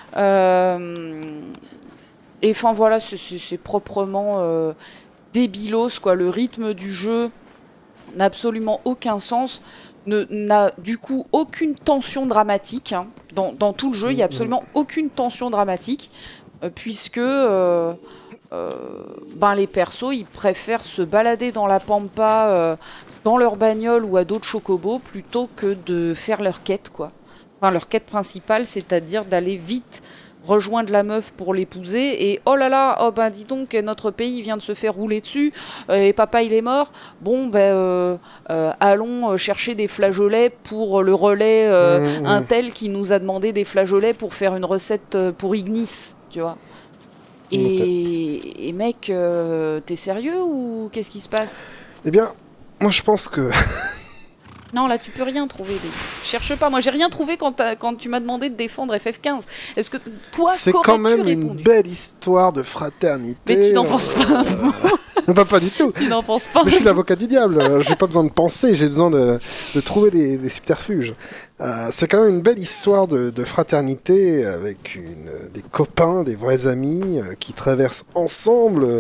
Euh... Et enfin voilà, c'est proprement... Euh... débilos, quoi. Le rythme du jeu n'a absolument aucun sens, n'a du coup aucune tension dramatique. Hein. Dans, dans tout le jeu, il n'y a absolument aucune tension dramatique, euh, puisque euh, euh, ben, les persos, ils préfèrent se balader dans la pampa, euh, dans leur bagnole ou à d'autres chocobos, plutôt que de faire leur quête, quoi. Enfin, leur quête principale, c'est-à-dire d'aller vite rejoindre la meuf pour l'épouser, et oh là là, oh ben dis donc, notre pays vient de se faire rouler dessus, euh, et papa il est mort, bon ben euh, euh, allons chercher des flageolets pour le relais, euh, mmh, un tel qui nous a demandé des flageolets pour faire une recette pour Ignis, tu vois. Et, et mec, euh, t'es sérieux ou qu'est-ce qui se passe? Eh bien, moi je pense que... Non, là, tu peux rien trouver. Cherche pas. Moi, j'ai rien trouvé quand, quand tu m'as demandé de défendre F F quinze. Est-ce que toi, c'est quand même une belle histoire de fraternité. Mais tu n'en euh... penses pas. Bah, pas du tout. Tu n'en penses pas. Mais je suis l'avocat du diable. J'ai pas besoin de penser. J'ai besoin de, de trouver des, des subterfuges. Euh, c'est quand même une belle histoire de, de fraternité avec une, des copains, des vrais amis euh, qui traversent ensemble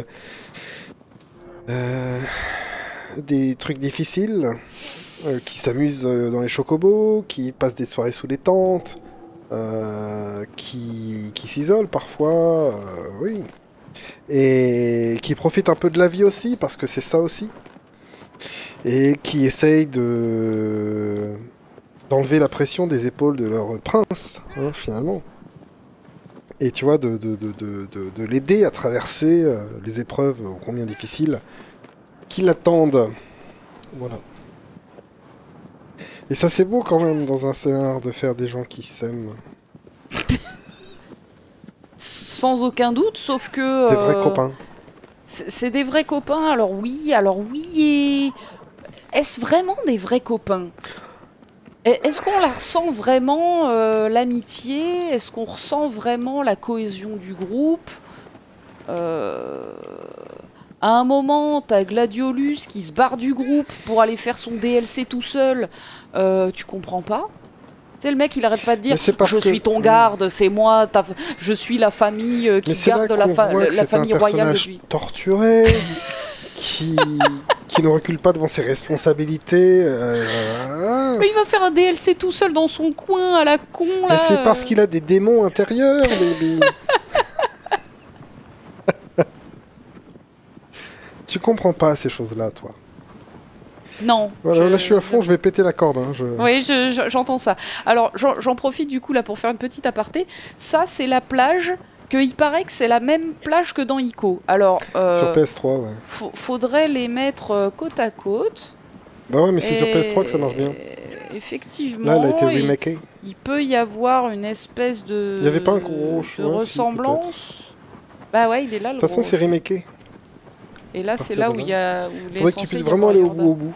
euh, des trucs difficiles. Euh, qui s'amusent euh, dans les chocobos, qui passent des soirées sous les tentes, euh, qui, qui s'isolent parfois, euh, oui. Et qui profitent un peu de la vie aussi, parce que c'est ça aussi. Et qui essayent de... d'enlever la pression des épaules de leur prince, hein, finalement. et tu vois, de, de, de, de, de, de l'aider à traverser euh, les épreuves ô combien difficiles qui l'attendent. Voilà. Et ça, c'est beau quand même dans un scénar de faire des gens qui s'aiment. Sans aucun doute, sauf que... Des vrais euh, copains. C'est c'est des vrais copains, alors oui, alors oui, et... Est-ce vraiment des vrais copains? Et Est-ce qu'on la ressent vraiment, euh, l'amitié? Est-ce qu'on ressent vraiment la cohésion du groupe? Euh, À un moment, t'as Gladiolus qui se barre du groupe pour aller faire son D L C tout seul. Euh, tu comprends pas? Tu sais, le mec, il arrête pas de dire Mais c'est parce je que- suis ton garde, c'est moi, ta... je suis la famille euh, qui Mais c'est là garde la, qu'on fa- voit que la c'est famille un royale de personnage lui. torturé, qui... qui ne recule pas devant ses responsabilités. euh, Mais il va faire un D L C tout seul dans son coin à la con là. Mais c'est parce qu'il a des démons intérieurs, baby. Tu comprends pas ces choses-là, toi. Non. Voilà, là, je suis à fond, je vais péter la corde. Hein, je... Oui, je- je- j'entends ça. Alors, j'en j'en profite du coup là pour faire une petite aparté. Ça, c'est la plage que il paraît que c'est la même plage que dans Ico. Alors, euh, Sur P S trois, ouais. fa- faudrait les mettre euh, côte à côte. Bah ouais, mais c'est sur Et- P S trois que ça marche bien. Effectivement, Là, elle a été il- remakée. il peut y avoir une espèce de, Il y avait pas un gros de choix, si, ressemblance. Bah ouais, il est là. De toute façon, c'est remaké. Et là, partir c'est là de où là. il y a. Où il est Faudrait que tu censé puisses y vraiment avoir aller au Yorda. bout, au bout.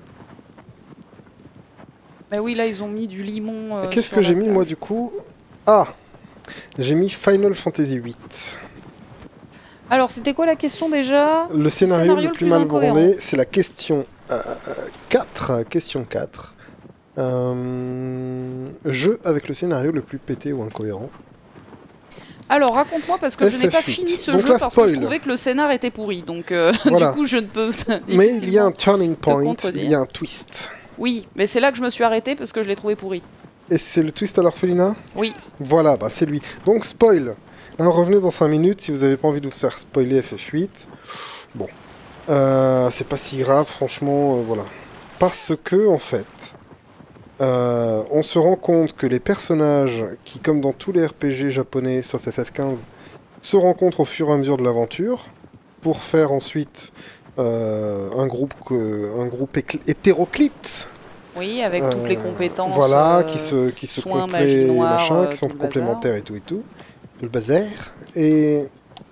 Bah oui, là, ils ont mis du limon. euh, Et Qu'est-ce sur que la j'ai mis, plage. moi, du coup? Ah! J'ai mis Final Fantasy huit. Alors, c'était quoi la question déjà? Le scénario, scénario le plus mal incohérent. branlé, c'est la question euh, quatre. Question quatre. Euh, jeu avec le scénario le plus pété ou incohérent. Alors, raconte-moi, parce que je n'ai pas F F huit. fini ce Donc jeu là, parce que je spoil. trouvais que le scénar était pourri. Donc, euh, Voilà. du coup, je ne peux. Mais il y a un difficilement- turning point, contredire. il y a un twist. Oui, mais c'est là que je me suis arrêtée parce que je l'ai trouvé pourri. Et c'est le twist à l'orphelinat? Oui. Voilà, bah c'est lui. Donc spoil. Hein, revenez dans cinq minutes si vous n'avez pas envie de vous faire spoiler F F huit. Bon. Euh, c'est pas si grave, franchement, euh, voilà. Parce que, en fait, euh, on se rend compte que les personnages qui, comme dans tous les R P G japonais, sauf F F quinze, se rencontrent au fur et à mesure de l'aventure pour faire ensuite euh, un groupe, que- un groupe écl- hétéroclite. Oui, avec toutes les Euh, compétences. Voilà, euh, qui se, qui se soins, complètent, magie noire, machin, euh, qui sont tout le bazar. complémentaires et tout et tout. Tout le bazar. Et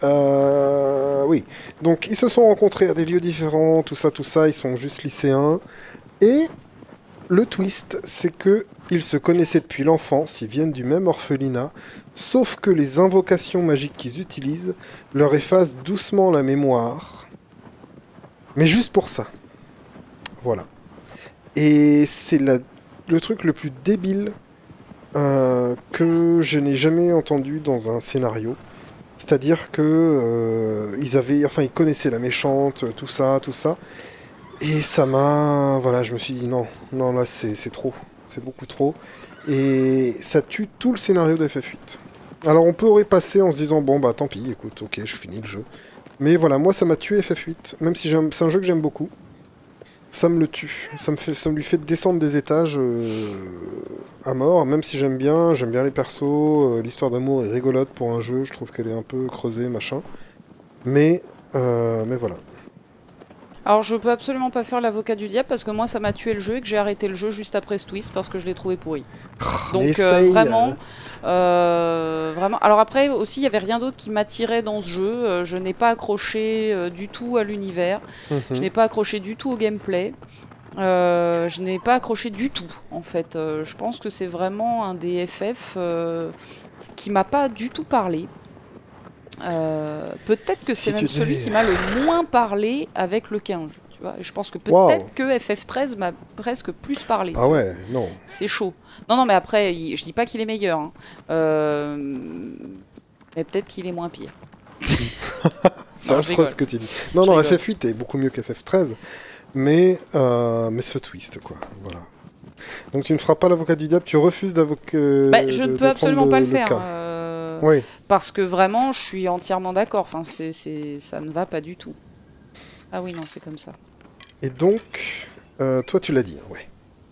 euh, oui, donc ils se sont rencontrés à des lieux différents, tout ça, tout ça. Ils sont juste lycéens. Et le twist, c'est que ils se connaissaient depuis l'enfance. Ils viennent du même orphelinat, sauf que les invocations magiques qu'ils utilisent leur effacent doucement la mémoire. Mais juste pour ça. Voilà. Et c'est la- le truc le plus débile euh, que je n'ai jamais entendu dans un scénario. C'est-à-dire que euh, ils avaient, enfin, ils connaissaient la méchante, tout ça, tout ça. Et ça m'a, voilà, je me suis dit non, non là c'est c'est trop, c'est beaucoup trop. Et ça tue tout le scénario de F F huit. Alors on pourrait passer en se disant bon bah tant pis, écoute, ok, je finis le jeu. Mais voilà, moi ça m'a tué F F huit, même si j'aime- c'est un jeu que j'aime beaucoup. Ça me le tue, ça me, fait, ça me lui fait descendre des étages euh, à mort, même si j'aime bien, j'aime bien les persos, euh, l'histoire d'amour est rigolote pour un jeu, je trouve qu'elle est un peu creusée, machin. Mais, euh, mais voilà. Alors, je peux absolument pas faire l'avocat du diable parce que moi, ça m'a tué le jeu et que j'ai arrêté le jeu juste après ce twist parce que je l'ai trouvé pourri. Donc, Mais euh, essaye, vraiment, euh, vraiment. Alors après aussi, il y avait rien d'autre qui m'attirait dans ce jeu. Euh, je n'ai pas accroché euh, du tout à l'univers. Mhm. Je n'ai pas accroché du tout au gameplay. Euh, je n'ai pas accroché du tout, en fait. Euh, je pense que c'est vraiment un des F F euh, qui m'a pas du tout parlé. Euh, peut-être que c'est Si même tu celui dis- qui m'a le moins parlé avec le quinze, tu vois. Et je pense que Waouh. peut-être que F F treize m'a presque plus parlé. Ah ouais, non. C'est chaud. Non, non, mais après, il- je dis pas qu'il est meilleur. Hein. Euh, Mais peut-être qu'il est moins pire. C'est Non, je affreux rigole. ce que tu dis. Non, Je non, rigole. F F huit est beaucoup mieux que F F treize. Mais, euh, mais ce twist, quoi. Voilà. Donc tu ne feras pas l'avocat du diable, tu refuses d'avocat. Bah, je ne peux absolument pas le faire. hein. Euh, Oui. Parce que vraiment, je suis entièrement d'accord. Enfin, c'est, c'est... ça ne va pas du tout. Ah oui, non, c'est comme ça. Et donc, euh, toi tu l'as dit, ouais.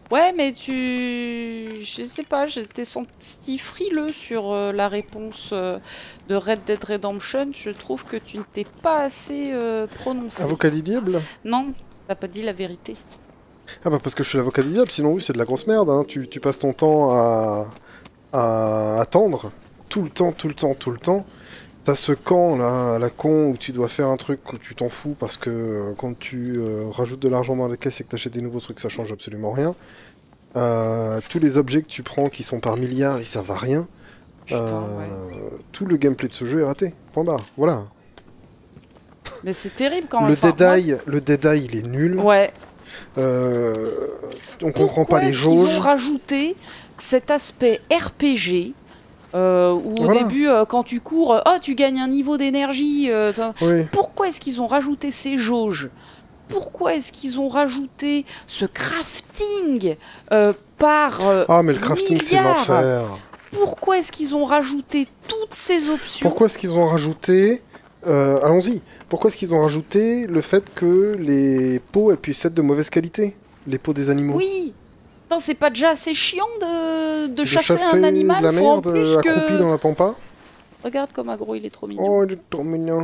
Ouais, mais tu... Je sais pas, j'étais senti frileux sur euh, la réponse euh, de Red Dead Redemption. Je trouve que tu ne t'es pas assez euh, prononcé. Avocat du diable? Non, t'as pas dit la vérité. Ah bah parce que je suis l'avocat du diable, sinon oui, c'est de la grosse merde. Hein. Tu, tu passes ton temps à, à attendre, tout le temps, tout le temps, tout le temps. T'as ce camp là, à la con, où tu dois faire un truc où tu t'en fous parce que euh, quand tu euh, rajoutes de l'argent dans la caisse et que t'achètes des nouveaux trucs, ça change absolument rien. Euh, tous les objets que tu prends qui sont par milliards, ils servent à rien. Putain, Euh, ouais. Tout le gameplay de ce jeu est raté. Point barre. Voilà. Mais c'est terrible quand même. Le Enfin, Dead moi, Eye, le Dead Eye, il est nul. Ouais. Euh, on comprend Pourquoi pas les est-ce qu'ils jauges. ont rajouté cet aspect R P G euh, où au Voilà. début, euh, quand tu cours, euh, oh, tu gagnes un niveau d'énergie. euh, t'as- Oui. Pourquoi est-ce qu'ils ont rajouté ces jauges? Pourquoi est-ce qu'ils ont rajouté ce crafting euh, par euh, Ah mais le crafting c'est milliards? l'enfer. Pourquoi est-ce qu'ils ont rajouté toutes ces options? Pourquoi est-ce qu'ils ont rajouté... euh, Allons-y. Pourquoi est-ce qu'ils ont rajouté le fait que les peaux elles puissent être de mauvaise qualité? Les peaux des animaux. Oui. Putain, c'est pas déjà assez chiant de, de De chasser, chasser un animal? de la Faut en merde plus euh, accroupie que... dans la pampa. Regarde comme Agro, il est trop mignon. Oh il est trop mignon.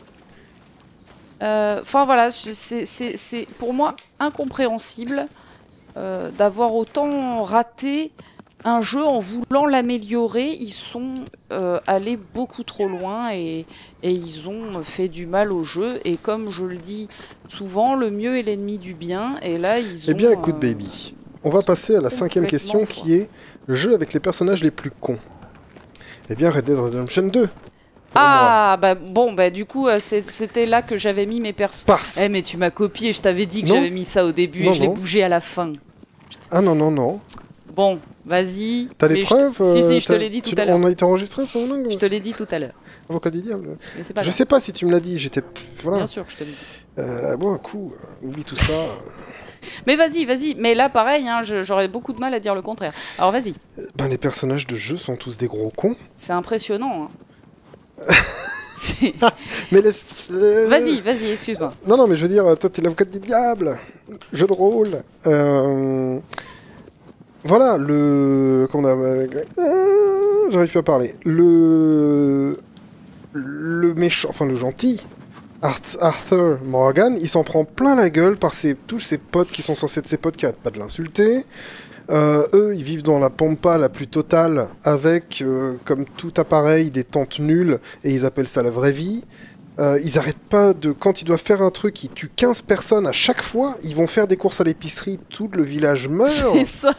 Euh, Enfin voilà, je- c'est c'est- c'est pour moi incompréhensible euh, d'avoir autant raté un jeu en voulant l'améliorer. Ils sont euh, allés beaucoup trop loin et, et ils ont fait du mal au jeu. Et comme je le dis souvent, le mieux est l'ennemi du bien. Et là, ils ont... Eh bien écoute euh, baby. On va passer à la cinquième complètement question qui est le jeu avec les personnages les plus cons. Eh bien Red Dead Redemption deux. Pour Ah, bah bon, bah du coup, euh, c'est- c'était là que j'avais mis mes persos. Parce... Eh, mais tu m'as copié, je t'avais dit que Non. j'avais mis ça au début Non, et je l'ai non. bougé à la fin. Ah non, non, non. Bon, vas-y. T'as mais les je te- preuves Si, euh, si, je te t'as- l'ai dit tout tu- à l'heure. On a été enregistré ce moment-là Je te l'ai dit tout à l'heure. Avocat du diable. Mais c'est pas Je grave. sais pas si tu me l'as dit, j'étais... Voilà. Bien sûr que je te l'ai dit. Euh, bon, un coup, euh, oublie tout ça. Mais vas-y, vas-y. Mais là, pareil, hein, je- j'aurais beaucoup de mal à dire le contraire. Alors vas-y. Ben, les personnages de jeu sont tous des gros cons. C'est impressionnant. Hein. C'est- Mais laisse... euh, Vas-y, vas-y, excuse-moi. Non, non, mais je veux dire, toi, t'es l'avocat du diable. Jeu de rôle. Euh... Voilà, le... Comment on a... euh, J'arrive plus à parler. Le... Le méchant... Enfin, le gentil... Arth- Arthur Morgan, il s'en prend plein la gueule par ses... tous ses potes qui sont censés être ses potes qui arrêtent pas de l'insulter. Euh, eux, ils vivent dans la pampa la plus totale, avec, euh, comme tout appareil, des tentes nulles, et ils appellent ça la vraie vie. Euh, ils arrêtent pas de... Quand ils doivent faire un truc, ils tuent quinze personnes à chaque fois, ils vont faire des courses à l'épicerie, tout le village meurt. C'est ça.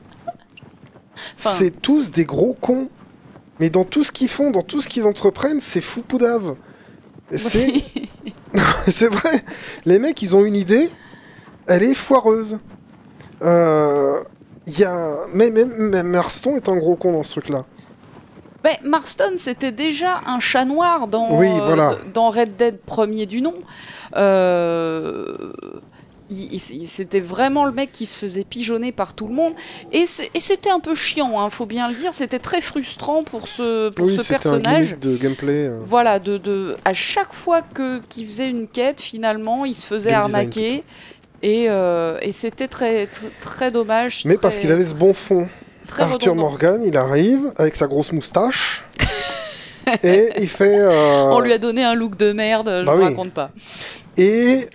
Enfin- C'est tous des gros cons. Mais dans tout ce qu'ils font, dans tout ce qu'ils entreprennent, c'est fou poudave. C'est... c'est vrai. Les mecs, ils ont une idée, elle est foireuse. Euh... Il y a... Même, même, même Marston est un gros con dans ce truc-là. Ben, Marston, c'était déjà un chat noir dans, Oui, voilà. euh, dans Red Dead premier du nom. Euh, il- il- C'était vraiment le mec qui se faisait pigeonner par tout le monde. Et c'est- et c'était un peu chiant, hein, faut bien le dire. C'était très frustrant pour ce, pour Oui, ce c'était un personnage. gimmick de gameplay. euh. Voilà, de, de, à chaque fois que qu'il faisait une quête, finalement, il se faisait Game design, arnaquer. Et, euh, et c'était très, très, très dommage. Mais très- parce qu'il avait ce bon fond. très Arthur redondant. Morgan, il arrive avec sa grosse moustache. Et il fait... euh, On lui a donné un look de merde, je Bah vous oui. raconte pas. Et,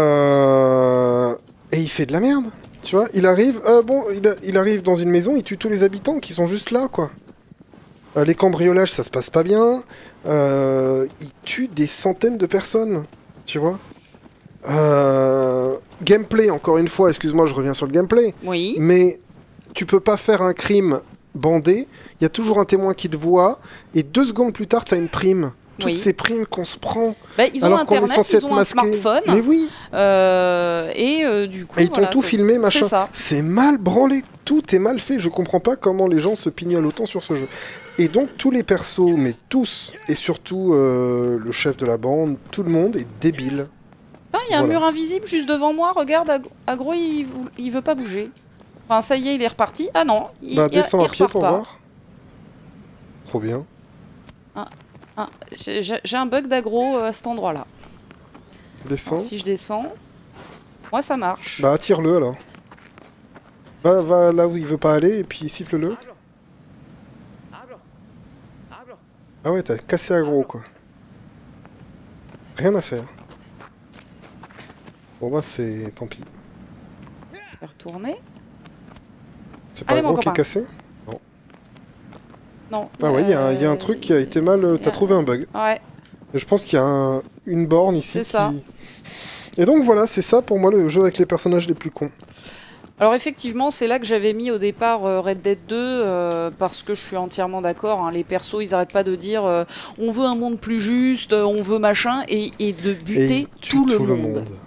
euh, et il fait de la merde. Tu vois, il arrive, euh, bon, il, a- il arrive dans une maison, il tue tous les habitants qui sont juste là, quoi. Euh, les cambriolages, ça se passe pas bien. Euh, il tue des centaines de personnes, tu vois. Euh, gameplay, encore une fois, excuse-moi, je reviens sur le gameplay. Oui. Mais tu peux pas faire un crime bandé. Il y a toujours un témoin qui te voit. Et deux secondes plus tard, t'as une prime. Toutes Oui. ces primes qu'on se prend. Bah, ils ont alors qu'on est internet, censé ils être ont un masqué. smartphone. Mais oui. euh, et euh, du coup. Et ils t'ont voilà, tout c'est- filmé, machin. C'est ça. C'est mal branlé, tout est mal fait. Je comprends pas comment les gens se pignolent autant sur ce jeu. Et donc tous les persos, mais tous, et surtout euh, le chef de la bande, tout le monde est débile. Putain, il y a un Voilà. mur invisible juste devant moi. Regarde, Ag- Agro, il, vou- il veut pas bouger. Enfin, ça y est, il est reparti. Ah non, il, Bah il- descends il à pied repart pour pas. voir. Trop bien. Ah, j'ai j'ai- j'ai un bug d'agro euh, à cet endroit-là. Descends. Alors, si je descends, moi ça marche. Bah attire-le alors. Va, va là où il veut pas aller et puis siffle-le. Ah ouais, t'as cassé aggro quoi. Rien à faire. Bon bah c'est... tant pis. Je vais retourner. C'est pas Allez, aggro mon qui est copain. cassé? Non. Non. Ah ouais, il y, a un- y a un euh, truc qui a été mal... euh, T'as y a- trouvé un bug. Ouais, Et je pense qu'il y a un- une borne ici c'est qui... ça. Et donc voilà, c'est ça pour moi le jeu avec les personnages les plus cons. Alors effectivement, c'est là que j'avais mis au départ euh, Red Dead deux, euh, parce que je suis entièrement d'accord, hein, les persos, ils arrêtent pas de dire euh, on veut un monde plus juste, euh, on veut machin, et, et de buter Et tout, tue le, tout le monde. monde.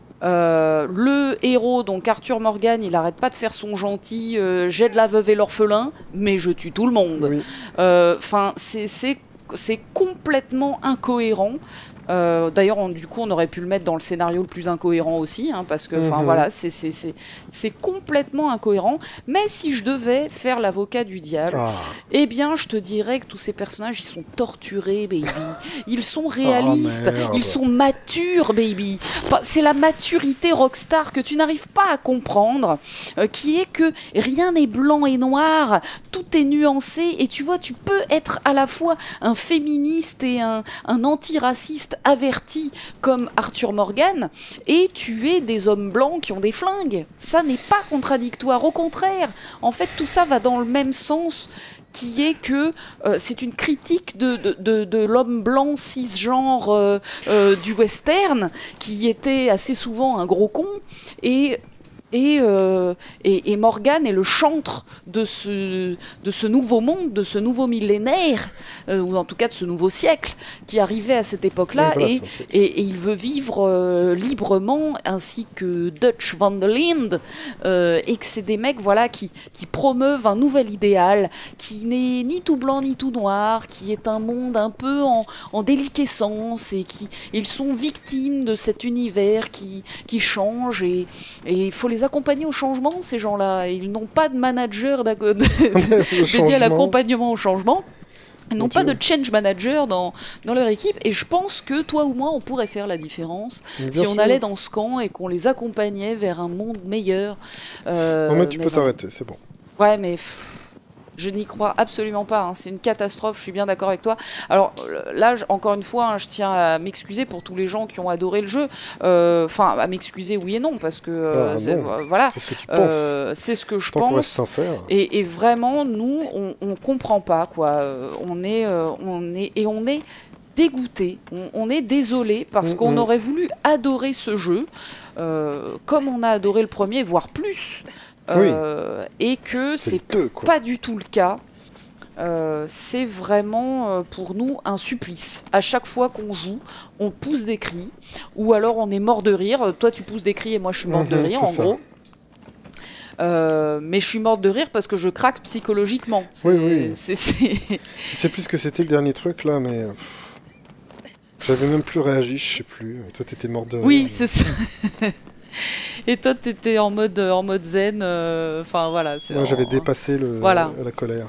Euh, le héros, donc Arthur Morgan, il arrête pas de faire son gentil, euh, j'aide la veuve et l'orphelin, mais je tue tout le monde. Oui. Enfin, c'est c'est- c'est complètement incohérent. Euh, D'ailleurs, on- du coup, on aurait pu le mettre dans le scénario le plus incohérent aussi, hein, parce que, enfin, Mhm. voilà, c'est c'est- c'est- c'est complètement incohérent. Mais si je devais faire l'avocat du diable, Ah. eh bien, je te dirais que tous ces personnages, ils sont torturés, baby. Ils sont réalistes, merde. ils sont matures, baby. Pas- C'est la maturité rockstar que tu n'arrives pas à comprendre, euh, qui est que rien n'est blanc et noir, tout est nuancé, et tu vois, tu peux être à la fois un féministe et un, un antiraciste averti comme Arthur Morgan, et tuer des hommes blancs qui ont des flingues. Ça n'est pas contradictoire, au contraire. En fait, tout ça va dans le même sens, qui est que euh, c'est une critique de, de, de, de l'homme blanc cisgenre euh, euh, du western, qui était assez souvent un gros con, et... Et, euh, et, et Morgan est le chantre de ce, de ce nouveau monde, de ce nouveau millénaire, euh, ou en tout cas de ce nouveau siècle, qui arrivait à cette époque-là, Oui, voilà, et, ça, c'est- et, et il veut vivre euh, librement, ainsi que Dutch van der Linde, euh, et que c'est des mecs voilà, qui, qui promeuvent un nouvel idéal, qui n'est ni tout blanc ni tout noir, qui est un monde un peu en, en déliquescence, et qui ils sont victimes de cet univers qui, qui change, et il faut les accompagner au changement, ces gens-là. Ils n'ont pas de manager d'ac- de- Le dédié à changement. l'accompagnement au changement. Ils n'ont Mon pas Dieu. de change manager dans, dans leur équipe, et je pense que toi ou moi, on pourrait faire la différence Bien si on sûr. allait dans ce camp et qu'on les accompagnait vers un monde meilleur. Euh, Non mais tu peux voilà. t'arrêter, c'est bon. Ouais, mais pff, je n'y crois absolument pas, hein. C'est une catastrophe, je suis bien d'accord avec toi. Alors euh, là, je- encore une fois, hein, je tiens à m'excuser pour tous les gens qui ont adoré le jeu. Euh, Enfin, à m'excuser oui et non, parce que euh, Ah, c'est- non. euh, voilà, C'est ce que tu penses. euh, c'est ce que je Tant qu'on reste pense. sincère. Et, et vraiment, nous, on, on comprend pas, quoi. Euh, On est, euh, on est, et on est dégoûté. On, on est désolé parce Mm, qu'on mm. aurait voulu adorer ce jeu, euh, comme on a adoré le premier, voire plus. Euh, et que C'est c'est le deux, quoi. pas du tout le cas. Euh, c'est vraiment euh, pour nous un supplice. À chaque fois qu'on joue, on pousse des cris, ou alors on est mort de rire. Euh, Toi, tu pousses des cris et moi, je suis morte de Mhm, rire, c'est en ça. gros. Euh, mais je suis morte de rire parce que je craque psychologiquement. C'est- Oui, oui. c'est- c'est- Je sais plus ce que c'était le dernier truc là, mais... pff, j'avais même plus réagi, je sais plus. Et toi, t'étais mort de rire. Oui, c'est ça. Et toi, t'étais en mode, en mode zen. euh, Enfin, voilà. c'est Moi, en- j'avais dépassé le... Voilà. la colère.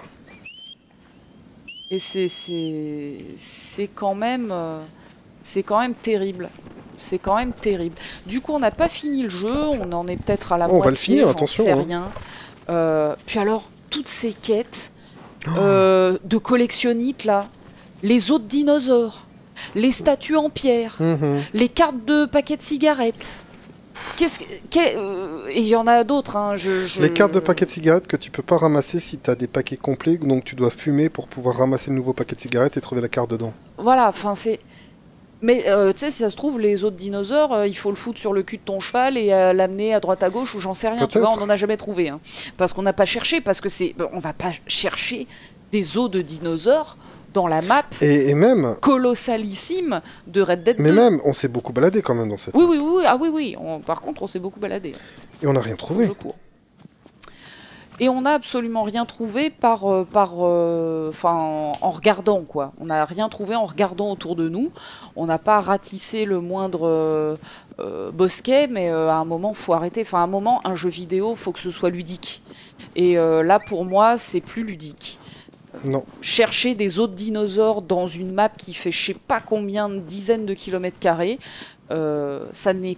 Et c'est c'est c'est quand même euh, c'est quand même terrible. C'est quand même terrible. Du coup, on n'a pas fini le jeu. On en est peut-être à la Oh, on va le moitié. finir, j'en attention, sais hein. rien. Euh, puis alors, toutes ces quêtes euh, de collectionnites là, les os de dinosaures, les statues en pierre, Mhm. les cartes de paquets de cigarettes. Qu'est-ce que qu'est- euh, et il y en a d'autres. Hein, je, je- Les cartes de paquets de cigarettes que tu peux pas ramasser si t'as des paquets complets, donc tu dois fumer pour pouvoir ramasser le nouveau paquet de cigarettes et trouver la carte dedans. Voilà, enfin c'est. Mais euh, tu sais, si ça se trouve, les autres dinosaures, euh, il faut le foutre sur le cul de ton cheval et euh, l'amener à droite à gauche ou j'en sais rien. Tu vois, on Peut-être. n'en a jamais trouvé. Hein. Parce qu'on n'a pas cherché, parce que c'est. On va pas chercher des os de dinosaures dans la map Et, et même, colossalissime de Red Dead mais deux. même, on s'est beaucoup baladé quand même dans cette... Oui, oui, oui, oui. Ah oui, oui. On- Par contre, on s'est beaucoup baladé. Et on n'a rien trouvé. Je cours. Et on n'a absolument rien trouvé par, euh, par, euh, enfin, en, en regardant quoi. On n'a rien trouvé en regardant autour de nous. On n'a pas ratissé le moindre euh, euh, bosquet, mais euh, à un moment faut arrêter. Enfin, à un moment, un jeu vidéo, faut que ce soit ludique. Et euh, là, pour moi, c'est plus ludique. Non. Chercher des autres dinosaures dans une map qui fait je sais pas combien de dizaines de kilomètres carrés, euh, ça n'est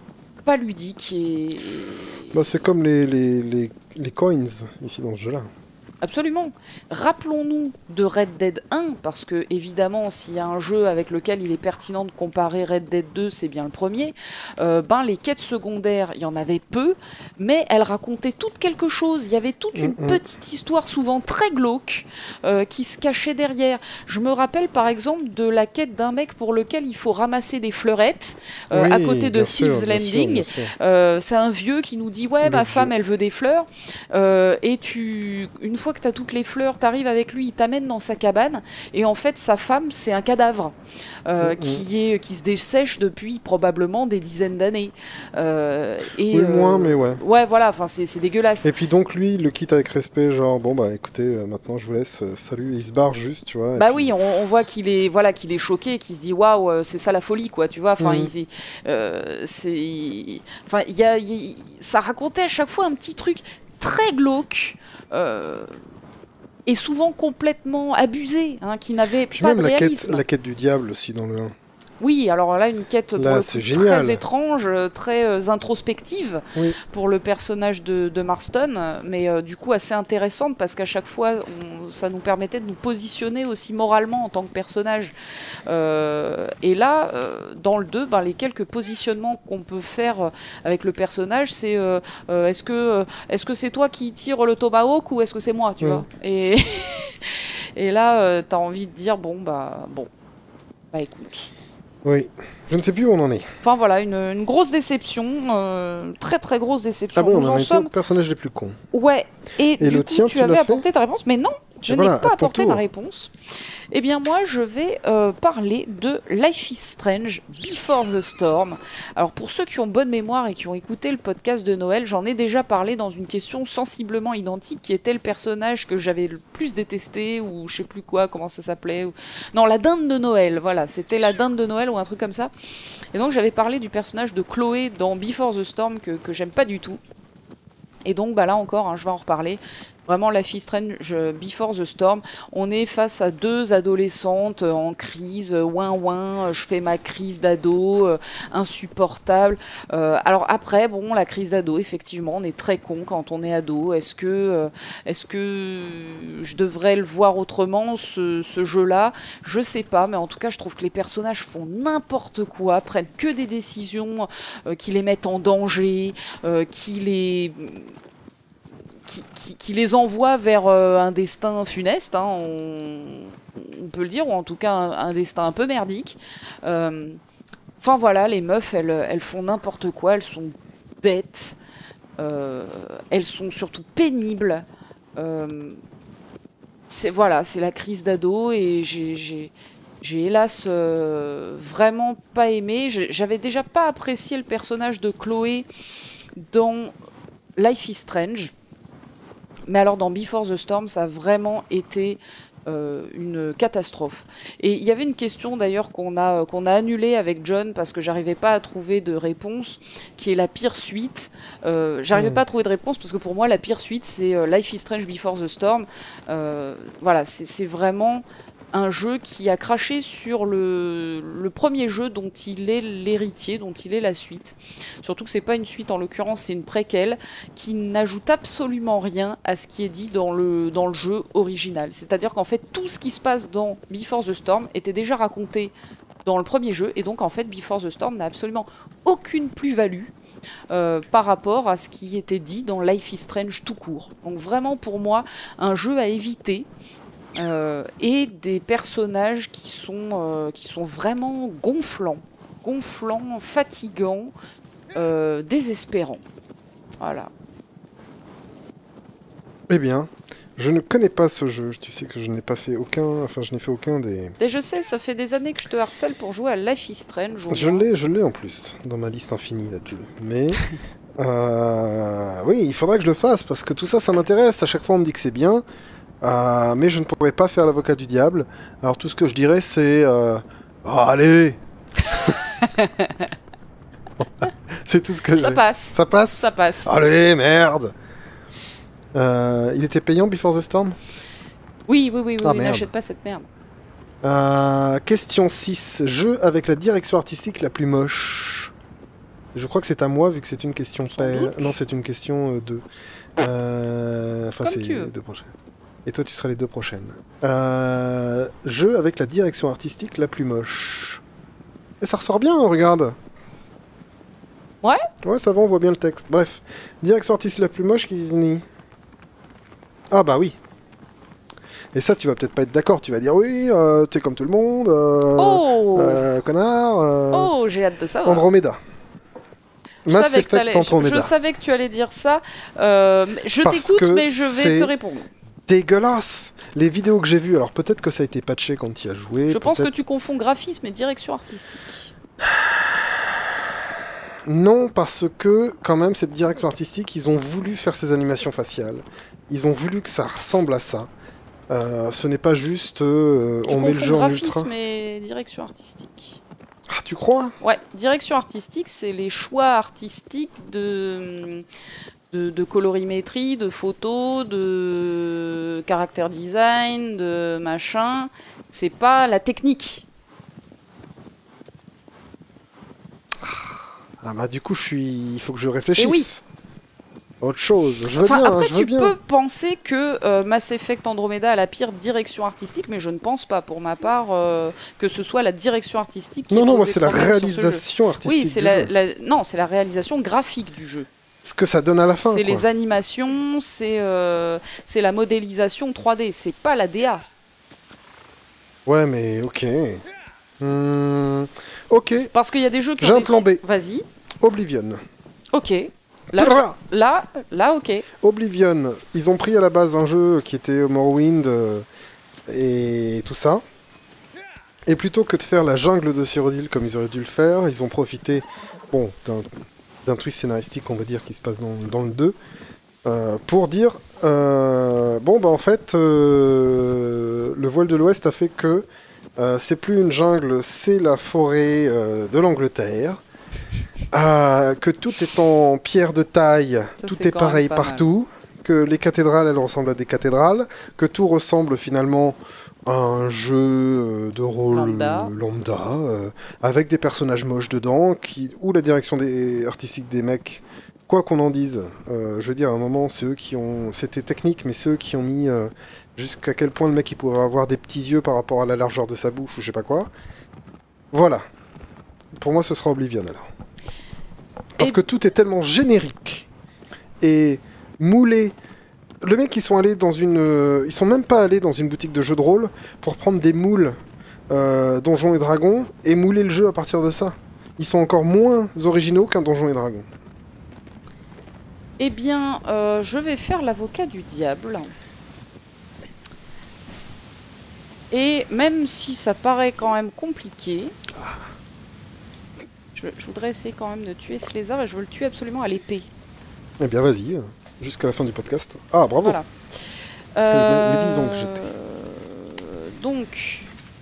pas ludique et... Bah, c'est comme les, les, les, les coins ici dans ce jeu-là. Absolument. Rappelons-nous de Red Dead un, parce que évidemment, s'il y a un jeu avec lequel il est pertinent de comparer Red Dead deux, c'est bien le premier. Euh, ben, les quêtes secondaires, il y en avait peu, mais elles racontaient toutes quelque chose. Il y avait toute une Mm-hmm. petite histoire, souvent très glauque, euh, qui se cachait derrière. Je me rappelle par exemple de la quête d'un mec pour lequel il faut ramasser des fleurettes euh, Oui, à côté de bien sûr, Thieves bien sûr, Landing. bien sûr. Euh, c'est un vieux qui nous dit ouais, Le ma vieux. femme elle veut des fleurs, euh, et tu une fois que tu as toutes les fleurs, tu arrives avec lui, il t'amène dans sa cabane, et en fait sa femme c'est un cadavre euh, Mm-hmm. qui est qui se dessèche depuis probablement des dizaines d'années. Euh, et Oui, euh, moins, mais ouais. Ouais, voilà, enfin c'est c'est dégueulasse. Et puis donc lui, il le quitte avec respect, genre bon bah écoutez, euh, maintenant je vous laisse, euh, salut, et il se barre juste, tu vois. et Bah puis- oui, on, on voit qu'il est voilà qu'il est choqué, qu'il se dit waouh, euh, c'est ça la folie quoi, tu vois. Enfin, Mhm. il- euh, c'est, enfin, il y a, il y a- ça racontait à chaque fois un petit truc très glauque. Euh, et souvent complètement abusé, hein, qui n'avait Puis pas même de la quête, réalisme. la quête du diable aussi dans le un. Oui, alors là, une quête pour Là, le coup, c'est génial. très étrange, euh, très euh, introspective Oui. pour le personnage de, de Marston, mais euh, du coup assez intéressante parce qu'à chaque fois, on- ça nous permettait de nous positionner aussi moralement en tant que personnage. Euh, et là, euh, dans le deux, ben, les quelques positionnements qu'on peut faire euh, avec le personnage, c'est euh, euh, est-ce que euh, est-ce que c'est toi qui tire le tomahawk ou est-ce que c'est moi, tu Oui. vois. Et et là, euh, t'as envie de dire bon bah bon, bah écoute. Oui. Je ne sais plus où on en est. Enfin voilà, une, une grosse déception, euh, très très grosse déception. Ah bon, on Nous en en est sommes. au personnage les plus cons. Ouais. Et, Et du le coup, tien, tu tu avais l'as fait apporté ta réponse, mais non, je Et n'ai voilà, pas à ton apporté tour. ma réponse. Eh bien moi, je vais euh, parler de Life is Strange Before the Storm. Alors pour ceux qui ont bonne mémoire et qui ont écouté le podcast de Noël, j'en ai déjà parlé dans une question sensiblement identique, qui était le personnage que j'avais le plus détesté, ou je sais plus quoi, comment ça s'appelait. Ou... Non, la dinde de Noël, voilà, c'était la dinde de Noël ou un truc comme ça. Et donc j'avais parlé du personnage de Chloé dans Before the Storm que, que j'aime pas du tout. Et donc bah là encore, hein, je vais en reparler. Vraiment, Life is Strange Before the Storm, on est face à deux adolescentes euh, en crise, euh, ouin ouin, euh, je fais ma crise d'ado, euh, insupportable. Euh, alors après, bon, la crise d'ado, effectivement, on est très con quand on est ado. Est-ce que, euh, est-ce que je devrais le voir autrement, ce, ce jeu-là? Je sais pas, mais en tout cas, je trouve que les personnages font n'importe quoi, prennent que des décisions euh, qui les mettent en danger, euh, qui les... Qui, qui, qui les envoie vers euh, un destin funeste, hein, on, on peut le dire, ou en tout cas un, un destin un peu merdique. Euh, Enfin voilà, les meufs, elles, elles font n'importe quoi, elles sont bêtes, euh, elles sont surtout pénibles. Euh, c'est voilà, c'est la crise d'ado et j'ai, j'ai, j'ai hélas euh, vraiment pas aimé. J'ai- J'avais déjà pas apprécié le personnage de Chloé dans Life is Strange. Mais alors dans Before the Storm, ça a vraiment été euh, une catastrophe. Et il y avait une question d'ailleurs qu'on a, qu'on a annulée avec John parce que j'arrivais pas à trouver de réponse, qui est la pire suite. Euh, j'arrivais Mm. pas à trouver de réponse parce que pour moi la pire suite c'est euh, Life is Strange Before the Storm. Euh, voilà, c'est c'est vraiment un jeu qui a craché sur le, le premier jeu dont il est l'héritier, dont il est la suite. Surtout que c'est pas une suite en l'occurrence, c'est une préquelle qui n'ajoute absolument rien à ce qui est dit dans le, dans le jeu original. C'est-à-dire qu'en fait tout ce qui se passe dans Before the Storm était déjà raconté dans le premier jeu, et donc en fait Before the Storm n'a absolument aucune plus-value euh, par rapport à ce qui était dit dans Life is Strange tout court. Donc vraiment pour moi un jeu à éviter. Euh, et des personnages qui sont, euh, qui sont vraiment gonflants, gonflants, fatigants, euh, désespérants. Voilà. Eh bien, je ne connais pas ce jeu. Tu sais que je n'ai pas fait aucun... Enfin, je n'ai fait aucun des... Et je sais, ça fait des années que je te harcèle pour jouer à Life is Strange. au Je moins. l'ai, je l'ai en plus, dans ma liste infinie là, de jeux. Mais... euh, oui, il faudra que je le fasse, parce que tout ça, ça m'intéresse. À chaque fois, on me dit que c'est bien. Euh, mais je ne pourrais pas faire l'avocat du diable. Alors tout ce que je dirais, c'est... Euh... Oh, allez. C'est tout ce que Ça j'ai. passe. Ça passe Ça passe. Allez, merde. Euh, il était payant Before the Storm? Oui, oui, oui, oui, Ah, oui, merde. n'achète pas cette merde. Euh, question six. Jeu avec la direction artistique la plus moche. Je crois que c'est à moi, vu que c'est une question Sans paire. doute. Non, c'est une question euh, deux. Euh, Enfin, Comme c'est tu veux. les deux prochaines. Et toi, tu seras les deux prochaines. Euh, jeu avec la direction artistique la plus moche. Et ça ressort bien, regarde. Ouais. Ouais, ça va, on voit bien le texte. Bref, direction artistique la plus moche qui finit. Ah bah oui. Et ça, tu vas peut-être pas être d'accord. Tu vas dire oui, euh, t'es comme tout le monde. Euh, Oh euh, connard. euh, Oh, j'ai hâte de savoir. Andromeda. Je Mass savais, que Effect t'allais- je- Andromeda. je savais que tu allais dire ça. Euh, je Parce t'écoute, que mais je vais c'est te répondre. Dégueulasse. Les vidéos que j'ai vues, alors peut-être que ça a été patché quand il a joué. Je pense que peut-être- tu confonds graphisme et direction artistique. Non, parce que quand même cette direction artistique, ils ont voulu faire ces animations faciales. Ils ont voulu que ça ressemble à ça. Euh, ce n'est pas juste euh, Tu on met le confonds jeu en ultra. graphisme et direction artistique. Ah, tu crois? Ouais, direction artistique, c'est les choix artistiques de, de, de colorimétrie, de photos, de caractère design, de machin. C'est pas la technique. Ah bah du coup, je suis. Il faut que je réfléchisse. Eh oui. Autre chose. Je veux Enfin, bien. après, je veux tu bien. peux penser que euh, Mass Effect Andromeda a la pire direction artistique, mais je ne pense pas, pour ma part, euh, que ce soit la direction artistique qui Non, ait non, moi posé c'est la problème sur ce jeu. réalisation artistique. Oui, c'est du la, jeu. la- non, c'est la réalisation graphique du jeu. Ce que ça donne à la fin. C'est quoi. les animations, c'est euh, c'est la modélisation trois D, c'est pas la D A. Ouais, mais ok. Hmm, Ok. Parce qu'il y a des jeux qui J'ai ont un des- plan B. Vas-y. Oblivion. Ok. Là, Brrr. là, là, ok. Oblivion, ils ont pris à la base un jeu qui était Morrowind euh, et tout ça. Et plutôt que de faire la jungle de Cyrodiil comme ils auraient dû le faire, ils ont profité bon, d'un, d'un twist scénaristique, on va dire, qui se passe dans, dans le deux, euh, pour dire euh, bon, bah en fait, euh, le voile de l'Ouest a fait que euh, c'est plus une jungle, c'est la forêt euh, de l'Angleterre. Euh, que tout est en pierre de taille, Ça, tout c'est est quand même pareil pas mal. partout, que les cathédrales, elles ressemblent à des cathédrales, que tout ressemble finalement à un jeu euh, de rôle Lambda. euh, lambda, euh, avec des personnages moches dedans, qui, où la direction des, artistique des mecs, quoi qu'on en dise, euh, je veux dire, à un moment, c'est eux qui ont... C'était technique, mais c'est eux qui ont mis euh, jusqu'à quel point le mec, il pouvait avoir des petits yeux par rapport à la largeur de sa bouche, ou je sais pas quoi. Voilà. Pour moi, ce sera Oblivion, alors. Parce Et- que tout est tellement générique et moulé. Le mec, ils sont allés dans une, euh, ils sont même pas allés dans une boutique de jeux de rôle pour prendre des moules euh, Donjons et Dragons et mouler le jeu à partir de ça. Ils sont encore moins originaux qu'un Donjons et Dragons. Eh bien, euh, je vais faire l'avocat du diable. Et même si ça paraît quand même compliqué, je, je voudrais essayer quand même de tuer ce lézard et je veux le tuer absolument à l'épée. Eh bien, vas-y, euh, jusqu'à la fin du podcast. Ah, bravo. Voilà. mais- mais disons que Euh, Donc,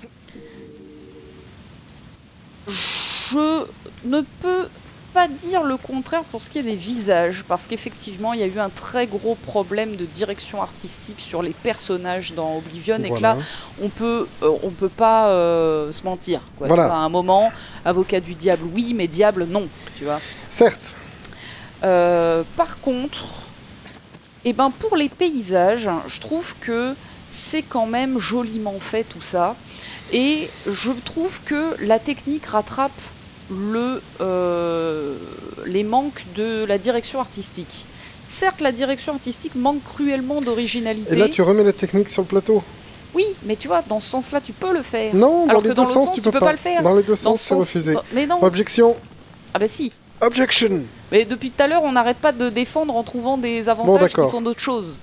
je ne peux pas dire le contraire pour ce qui est des visages, parce qu'effectivement, il y a eu un très gros problème de direction artistique sur les personnages dans Oblivion, et que Voilà. là, on peut, euh, on peut pas euh, se mentir. Quoi. Voilà. Tu vois, à un moment, avocat du diable, oui, mais diable, non. Tu vois. Certes. Euh, par contre, eh ben pour les paysages, je trouve que c'est quand même joliment fait tout ça. Et je trouve que la technique rattrape le, euh, les manques de la direction artistique. Certes, la direction artistique manque cruellement d'originalité. Et là, tu remets la technique sur le plateau. Oui, mais tu vois, dans ce sens-là, tu peux le faire. Non, dans Alors les que deux dans l'autre sens, sens, tu tu peux peux pas. pas le faire. Dans les deux Dans sens, ce c'est sens- refusé. dans- Mais non. Objection. Ah bah si. Objection. Mais depuis tout à l'heure, on n'arrête pas de défendre en trouvant des avantages qui d'accord. sont d'autres choses.